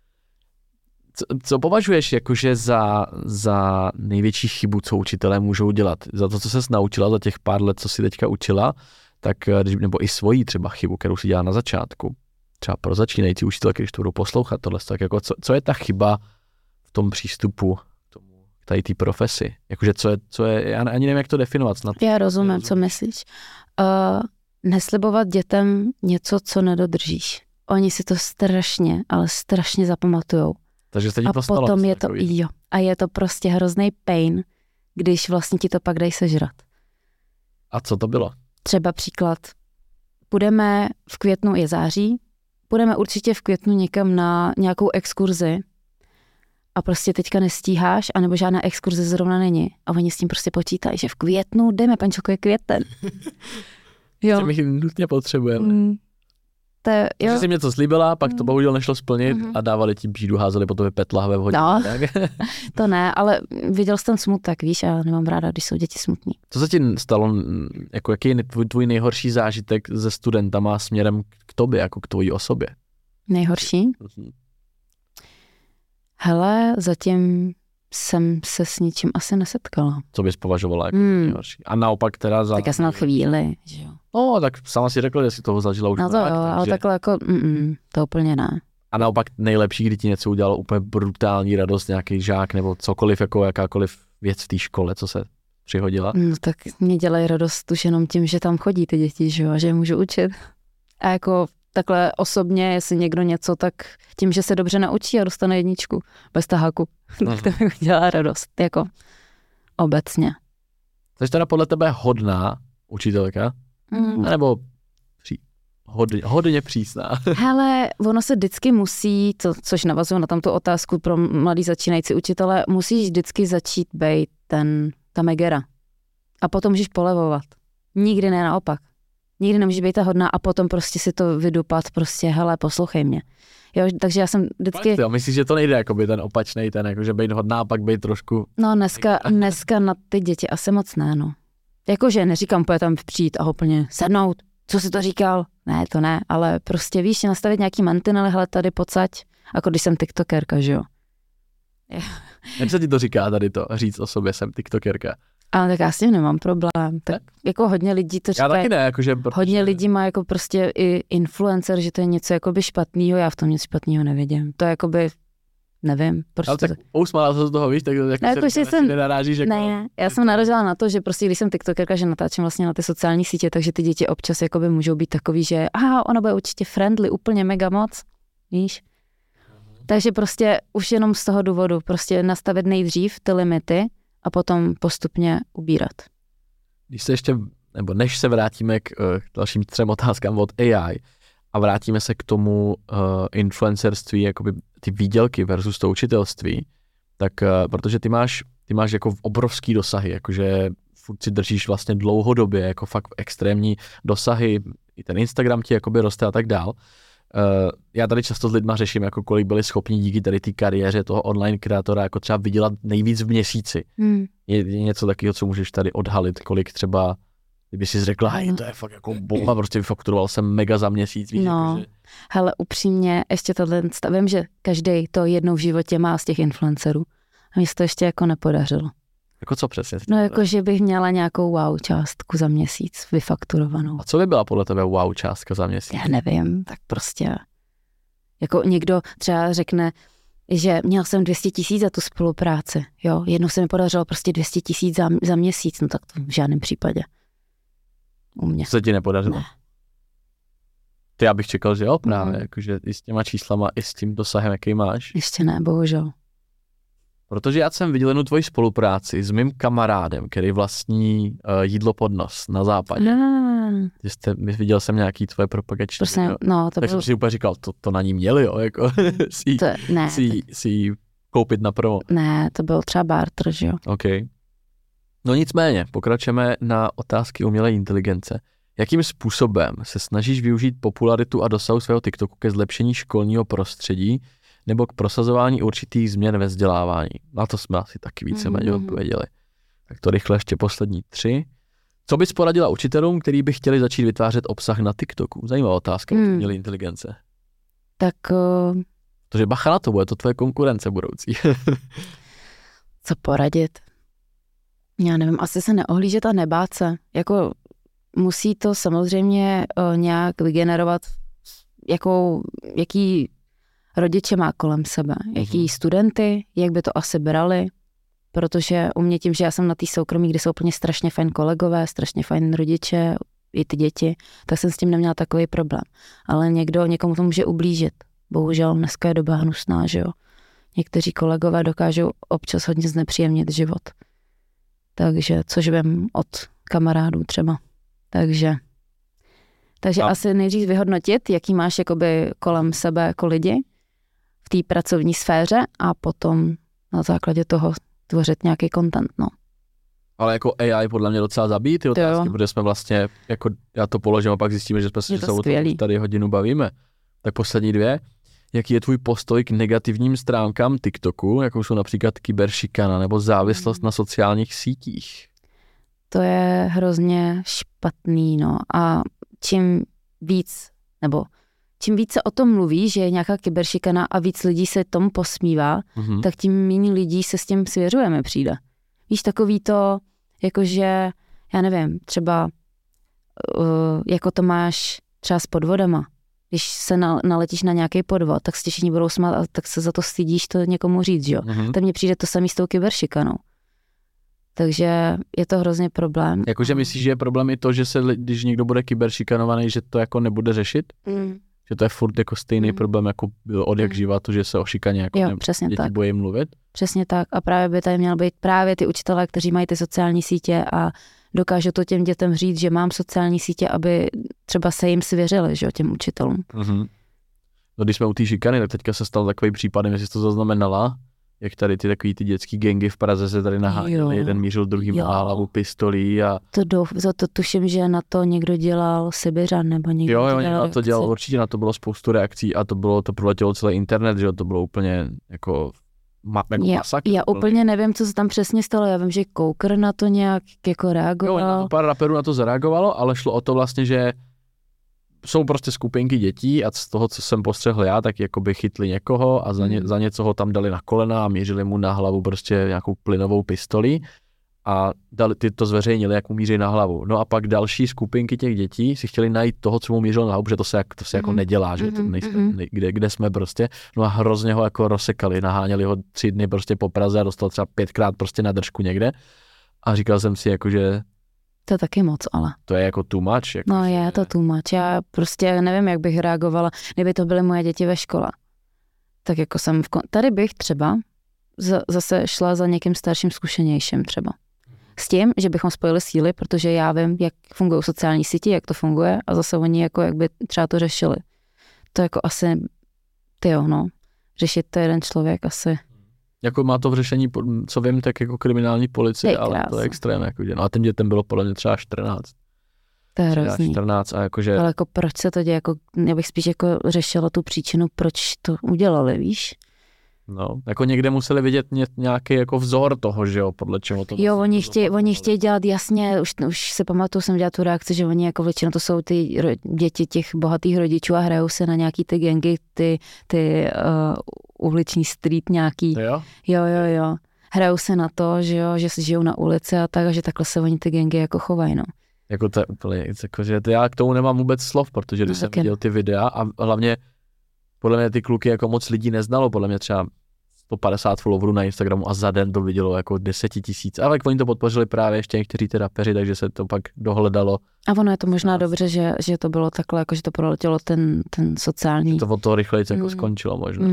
Co považuješ jakože za největší chybu, co učitelé můžou dělat? Za to, co ses naučila za těch pár let, co si teďka učila, tak, nebo i svoji třeba chybu, kterou si dělala na začátku. Třeba pro začínající učitelky, když to budou poslouchat tohle, tak jako co je ta chyba v tom přístupu k tady té profesi? Jakože co je, já ani nevím, jak to definovat. Snad. Já rozumím, co myslíš. Neslibovat dětem něco, co nedodržíš. Oni si to strašně, ale strašně zapamatujou. Takže se ti to stalo. A potom je to, jo, a je to prostě hrozný pain, když vlastně ti to pak dají sežrat. A co to bylo? Třeba příklad. Půjdeme v květnu, je září, půjdeme určitě v květnu někam na nějakou exkurzi a prostě teďka nestíháš, anebo žádná exkurze zrovna není. A oni s tím prostě počítají, že v květnu jdeme, pančelko, je květen. Jo. My nutně potřebujeme. Takže jsi něco slíbila, pak to bohužel nešlo splnit a dávali ti bídu, házeli po tobě pet lahve v hodině. No, to ne, ale viděl jsi ten smutek, víš, a nemám ráda, když jsou děti smutný. Co se ti stalo, jako jaký je tvůj nejhorší zážitek se studentama směrem k tobě, jako k tvojí osobě? Nejhorší? Hele, zatím jsem se s ničím asi nesetkala. Co bys považovala jako nejhorší? A naopak teda za... Tak já jsem na chvíli, že jo. No, tak sama si řekla, že si toho zažila už. No to jo, takže... ale takhle jako, to úplně ne. A naopak nejlepší, kdy ti něco udělalo úplně brutální radost, nějaký žák nebo cokoliv, jako jakákoliv věc v té škole, co se přihodila? No tak mě dělají radost už jenom tím, že tam chodí ty děti, že jo, a že je můžu učit. A jako takhle osobně, jestli někdo něco, tak tím, že se dobře naučí a dostane jedničku bez taháku, tak to mi udělá radost, jako obecně. Takže teda podle tebe hodná učitelka? Nebo hodně přísná? Hele, ono se vždycky musí, což navazuje na tamto otázku pro mladý začínající učitele, musíš vždycky začít být ta megera. A potom můžeš polevovat. Nikdy ne naopak. Nikdy nemůžeš být ta hodná a potom prostě si to vydupat, prostě, hele, poslouchej mě. Jo, takže já jsem vždycky... Jo, myslíš, že to nejde, jakoby ten opačnej, ten, jakože být hodná a pak být trošku... No dneska na ty děti asi moc ne, no. Jakože neříkám, pojď tam přijít a úplně sednout, co jsi to říkal? Ne, to ne, ale prostě víš, nastavit nějaký mantinely, hele, tady pocať, jako když jsem tiktokerka, že jo. Jak se ti to říká tady to, říct o sobě, jsem tiktokerka? Ale tak já s tím nemám problém. Tak jako hodně lidí to říká. Já taky ne, jakože... Hodně lidí má jako prostě i influencer, že to je něco jakoby špatného, já v tom nic špatného nevidím. To je jakoby, nevím. Prostě ale tak usmála se z toho, víš, tak jako se nenarážíš. Jako... Ne, já jsem narazila na to, že prostě když jsem tiktokerka, že natáčím vlastně na ty sociální sítě, takže ty děti občas jakoby můžou být takový, že ona bude určitě friendly, úplně mega moc, víš. Takže prostě už jenom z toho důvodu, prostě nastavit nejdřív ty limity a potom postupně ubírat. Když se ještě, nebo než se vrátíme k dalším 3 otázkám od AI a vrátíme se k tomu influencerství, jakoby ty výdělky versus to učitelství, tak protože ty máš jako obrovský dosahy, jakože furt si držíš vlastně dlouhodobě, jako fakt extrémní dosahy, i ten Instagram ti jakoby roste a tak dál. Já tady často s lidma řeším, jako kolik byli schopni díky tady té kariéře toho online kreatora jako třeba vydělat nejvíc v měsíci. Je něco takového, co můžeš tady odhalit, kolik třeba, kdyby jsi řekla, hej, to je fakt jako bomba, prostě vyfakturoval jsem mega za měsíc. Víš, no, jako, že... hele, upřímně, ještě tohle, vím, že každý to jednou v životě má z těch influencerů a mi se to ještě jako nepodařilo. Jako co přesně? No jako, že bych měla nějakou wow částku za měsíc vyfakturovanou. A co by byla podle tebe wow částka za měsíc? Já nevím, tak prostě jako někdo třeba řekne, že měl jsem 200 000 za tu spolupráci, jo, jednou se mi podařilo prostě 200 000 za měsíc, no tak to v žádném případě. U mě. Co se ti nepodařilo? Ne. Ty, já bych čekal, že jo, právě, jakože i s těma číslama, i s tím dosahem, jaký máš. Ještě ne, bohužel. Protože já jsem viděl jednu tvoji spolupráci s mým kamarádem, který vlastní jídlo pod nos na západě. Viděl jsem nějaký tvoje propagační. Prostě, no, tak jsem si úplně říkal, to na ní měli, jo, jako si koupit na promo. Ne, to byl třeba barter, že jo. OK. No nicméně, pokračujeme na otázky umělé inteligence. Jakým způsobem se snažíš využít popularitu a dosahu svého TikToku ke zlepšení školního prostředí nebo k prosazování určitých změn ve vzdělávání? Na to jsme asi taky víceméně odpověděli. Tak to rychle ještě poslední 3. Co bys poradila učitelům, kteří by chtěli začít vytvářet obsah na TikToku? Zajímavá otázka, umělé inteligence. Tak... Protože bacha na to, bude to tvoje konkurence budoucí. Co poradit? Já nevím, asi se neohlížet a nebát se. Jako musí to samozřejmě nějak vygenerovat, jaký rodiče má kolem sebe, jaký studenty, jak by to asi brali, protože u mě tím, že já jsem na té soukromí, kde jsou úplně strašně fajn kolegové, strašně fajn rodiče, i ty děti, tak jsem s tím neměla takový problém. Ale někomu to může ublížit. Bohužel dneska je doba hnusná, že jo. Někteří kolegové dokážou občas hodně znepříjemnit život. Takže, což vím od kamarádů třeba. Takže asi nejdřív vyhodnotit, jaký máš jakoby kolem sebe jako lidi v té pracovní sféře a potom na základě toho tvořit nějaký content, no. Ale jako AI podle mě docela zabíjí ty otázky, protože jsme vlastně, jako já to položím a pak zjistíme, že jsme se tady hodinu bavíme. Tak poslední 2. Jaký je tvůj postoj k negativním stránkám TikToku, jako jsou například kyberšikana nebo závislost na sociálních sítích? To je hrozně špatný, no. A čím víc se o tom mluví, že je nějaká kyberšikana a víc lidí se tomu posmívá, tak tím méně lidí se s tím svěřujeme přijde. Víš, takový to, jakože, já nevím, třeba jako to máš třeba s podvodama. Když se naletíš na nějaký podvod, tak se všichni budou smát a tak se za to stydíš to někomu říct, jo. Tak mně přijde to samý s tou kyberšikanou. Takže je to hrozně problém. Jakože myslíš, že je problém i to, že když někdo bude kyberšikanovaný, že to jako nebude řešit? Že to je furt jako stejný problém, jako byl od jak živa, to, že se o šikaně jako děti bojí mluvit? Přesně tak. A právě by tady měl být právě ty učitelé, kteří mají ty sociální sítě a dokážou to těm dětem říct, že mám sociální sítě, aby třeba se jim svěřili, že, těm učitelům. No když jsme u té šikany, tak teďka se stal takový případ, jestli jsi to zaznamenala, jak tady ty dětský gangy v Praze se tady naháněli, jeden mířil druhým na hlavu pistolí a... To tuším, že na to někdo dělal Sibiřan nebo někdo dělal to dělal, určitě na to bylo spoustu reakcí a to proletělo celý internet, že to bylo úplně jako masakr. Já úplně nevím, co se tam přesně stalo, já vím, že Coker na to nějak jako reagoval. Pár raperů na to zareagovalo, ale šlo o to vlastně, že jsou prostě skupinky dětí a z toho, co jsem postřehl já, tak jakoby chytli někoho a za něco ho tam dali na kolena a mířili mu na hlavu prostě nějakou plynovou pistoli a ty to zveřejnili, jak mu míří na hlavu. No a pak další skupinky těch dětí si chtěli najít toho, co mu mířilo na hlavu, protože to se jako nedělá, že kde jsme prostě. No a hrozně ho jako rozsekali, naháněli ho 3 dny prostě po Praze a dostal třeba 5krát prostě na držku někde a říkal jsem si jako, že to je taky moc, ale. To je jako too much. Jako no je to too much. Já prostě nevím, jak bych reagovala, kdyby to byly moje děti ve škole. Tak jako tady bych třeba zase šla za někým starším, zkušenějším třeba. S tím, že bychom spojili síly, protože já vím, jak fungují sociální sítě, jak to funguje a zase oni jako jak by třeba to řešili. To jako asi, řešit to jeden člověk asi. Jako má to v řešení, co vím, tak jako kriminální policie, ale to je extrém. Jako, no a těm dětem bylo podle mě třeba 14. To je hrozný. 14 a jakože... Ale jako proč se to děje, jako, já bych spíš jako řešila tu příčinu, proč to udělali, víš? No, jako někde museli vidět nějaký jako vzor toho, že jo, podle čeho to... Jo, oni chtějí dělat jasně, už se pamatuju, jsem dělala tu reakci, že oni jako většinou to jsou ty děti těch bohatých rodičů a hrajou se na nějaký ty gangy, ty uliční street nějaký. Jo. Hrajou se na to, že si žijou na ulici a tak, a že takhle se oni ty gangy jako chovají, no. Jako to je úplně, jakože já k tomu nemám vůbec slov, protože když jsem viděl ty videa a hlavně podle mě ty kluky jako moc lidí neznalo, podle mě třeba 150 followerů na Instagramu a za den to vidělo jako 10 000. Ale oni to podpořili právě ještě někteří ty rapeři, takže se to pak dohledalo. A ono je to možná dobře, že to bylo takhle, jako že to proletělo ten sociální. To od toho rychleji jako skončilo možná.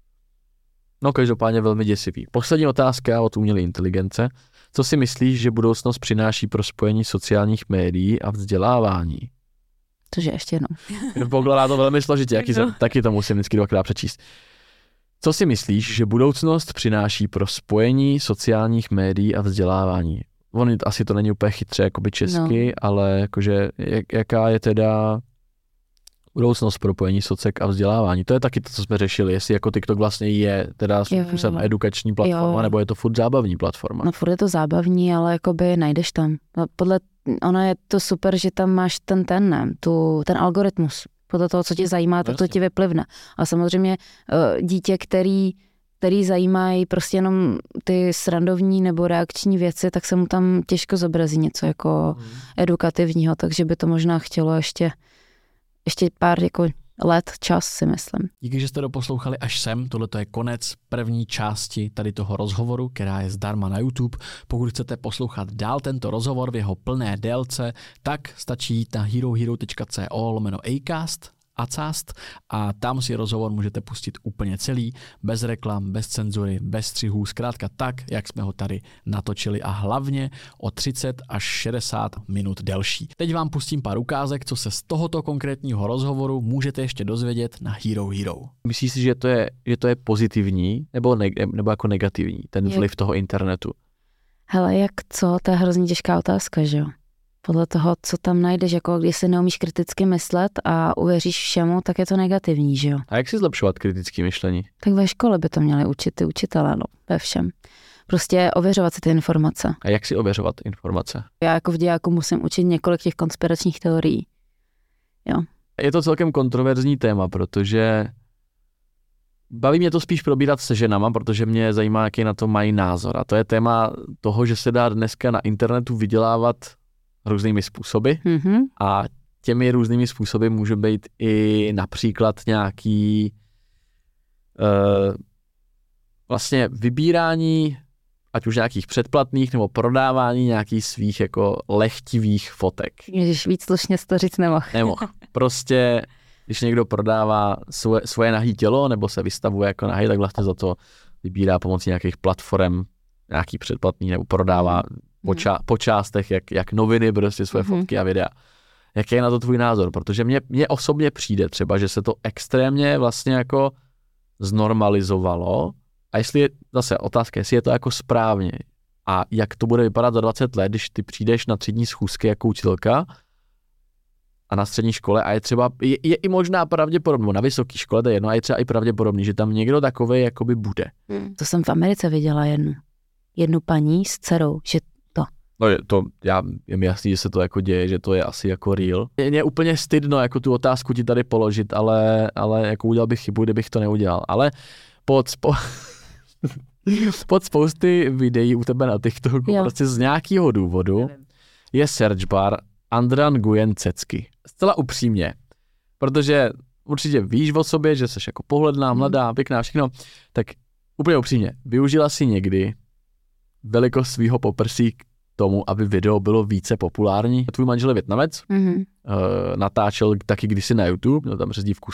No každopádně velmi děsivý. Poslední otázka od umělé inteligence. Co si myslíš, že budoucnost přináší pro spojení sociálních médií a vzdělávání? Cože ještě jednou. Pokládá to velmi složitě, taky to musím vždycky 2krát přečíst. Co si myslíš, že budoucnost přináší pro spojení sociálních médií a vzdělávání? Asi to není úplně chytře jakoby česky, ale jakože jaká je teda budoucnost propojení socek a vzdělávání. To je taky to, co jsme řešili, jestli jako TikTok vlastně je teda způsobem edukační platforma, nebo je to furt zábavní platforma. No furt je to zábavní, ale jakoby najdeš tam. Ono je to super, že tam máš ten algoritmus. Podle toho, co tě zajímá, tak to ti vyplivne. A samozřejmě dítě, který zajímají prostě jenom ty srandovní nebo reakční věci, tak se mu tam těžko zobrazí něco jako edukativního, takže by to možná chtělo ještě pár jako let, čas, si myslím. Díky, že jste doposlouchali až sem. Tohle je konec první části tady toho rozhovoru, která je zdarma na YouTube. Pokud chcete poslouchat dál tento rozhovor v jeho plné délce, tak stačí jít na herohero.co/acast a tam si rozhovor můžete pustit úplně celý, bez reklam, bez cenzury, bez střihů, zkrátka tak, jak jsme ho tady natočili a hlavně o 30 až 60 minut delší. Teď vám pustím pár ukázek, co se z tohoto konkrétního rozhovoru můžete ještě dozvědět na Hero Hero. Myslíš si, že to je pozitivní nebo jako negativní, ten vliv toho internetu? Hele, jak co? To je hrozně těžká otázka, že jo? Podle toho, co tam najdeš, jako když si neumíš kriticky myslet a uvěříš všemu, tak je to negativní, že jo? A jak si zlepšovat kritické myšlení? Tak ve škole by to měli učit ty učitelé, ve všem. Prostě ověřovat si ty informace. A jak si ověřovat informace? Já jako v dějáku musím učit několik těch konspiračních teorií. Jo. Je to celkem kontroverzní téma, protože baví mě to spíš probírat se ženama, protože mě zajímá, jaký na to mají názor. A to je téma toho, že se dá dneska na internetu vydělávat různými způsoby a těmi různými způsoby může být i například nějaký vlastně vybírání, ať už nějakých předplatných nebo prodávání nějakých svých jako lehtivých fotek. Ježiš, víc slušně to říct nemohl. Prostě, když někdo prodává svoje nahý tělo nebo se vystavuje jako nahý, tak vlastně za to vybírá pomocí nějakých platform nějaký předplatný nebo prodává po částech, jak noviny, prostě svoje fotky a videa. Jaký je na to tvůj názor? Protože mně osobně přijde třeba, že se to extrémně vlastně jako znormalizovalo a jestli je, zase otázka, jestli je to jako správně a jak to bude vypadat za 20 let, když ty přijdeš na třídní schůzky jako učitelka a na střední škole a je třeba, je i možná pravděpodobně, na vysoké škole to je jedno, a je třeba i pravděpodobný, že tam někdo takovej jakoby bude. To jsem v Americe viděla jednu paní s dcerou, že No je mi jasný, že se to jako děje, že to je asi jako real. Je úplně stydno jako tu otázku ti tady položit, ale jako udělal bych chybu, kdybych to neudělal. Ale pod spousty videí u tebe na TikToku prostě z nějakého důvodu je search bar Andran Nguyen Cecky. Zcela upřímně, protože určitě víš o sobě, že jsi jako pohledná, mladá, pěkná, všechno, tak úplně upřímně, využila si někdy velikost svýho poprsí k tomu, aby video bylo více populární. Tvůj manžel je Vietnamec, natáčel taky kdysi na YouTube, měl tam přezdívku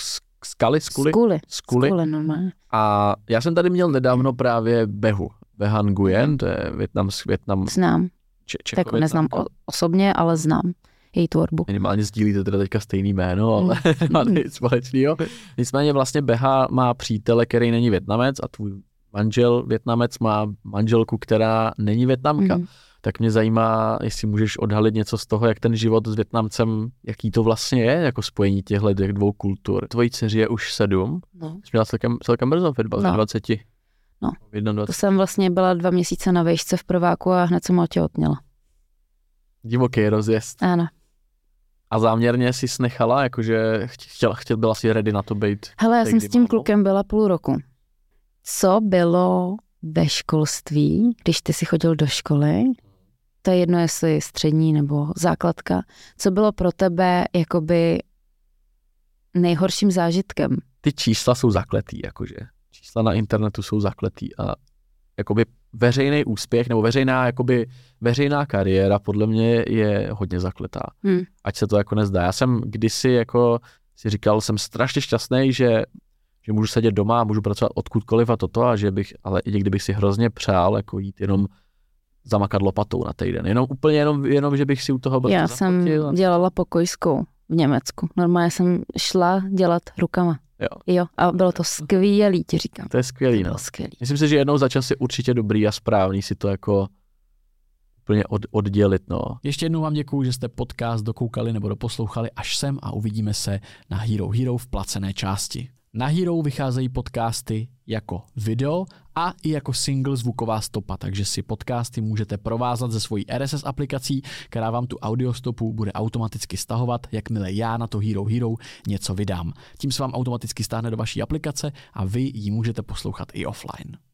Skuli. Normálně. A já jsem tady měl nedávno právě Behan Nguyen, to je Vietnam. Znám. Tak neznám osobně, ale znám její tvorbu. Minimálně sdílíte teda teďka stejný jméno, ale má nic společného. Nicméně vlastně Beha má přítele, který není Vietnamec a tvůj manžel Vietnamec má manželku, která není Vietnamka. Tak mě zajímá, jestli můžeš odhalit něco z toho, jak ten život s Vietnamcem, jaký to vlastně je, jako spojení těchto dvou kultur. Tvojí dceři je už 7, jsi měla celkem brzo, v 20. No, 21. To jsem vlastně byla 2 měsíce na vejšce v prváku a hned jsem otěhotněla. Divoký rozjezd. Ano. A záměrně jsi nechala, jakože byla si ready na to být? Hele, já jsem s tím klukem byla půl roku. Co bylo ve školství, když ty si chodil do školy, to je jedno, jestli střední nebo základka, co bylo pro tebe jakoby nejhorším zážitkem? Ty čísla jsou zakletý, jakože. Čísla na internetu jsou zakletý a jakoby veřejný úspěch nebo veřejná kariéra podle mě je hodně zakletá. Ať se to jako nezdá. Já jsem kdysi jako si říkal, jsem strašně šťastný, že můžu sedět doma a můžu pracovat odkudkoliv a toto, a ale i kdybych si hrozně přál jako jít jenom zamakat lopatou na týden. Jenom, že bych si u toho byl. Já jsem dělala pokojskou v Německu. Normálně jsem šla dělat rukama. Jo. A bylo to skvělý, ti říkám. To je skvělý, no. Myslím si, že jednou za čas je určitě dobrý a správný si to jako úplně oddělit. No. Ještě jednou vám děkuju, že jste podcast dokoukali nebo doposlouchali až sem a uvidíme se na Hero Hero v placené části. Na Hero vycházejí podcasty jako video a i jako single zvuková stopa, takže si podcasty můžete provázat ze svojí RSS aplikací, která vám tu audiostopu bude automaticky stahovat, jakmile já na to Hero Hero něco vydám. Tím se vám automaticky stáhne do vaší aplikace a vy ji můžete poslouchat i offline.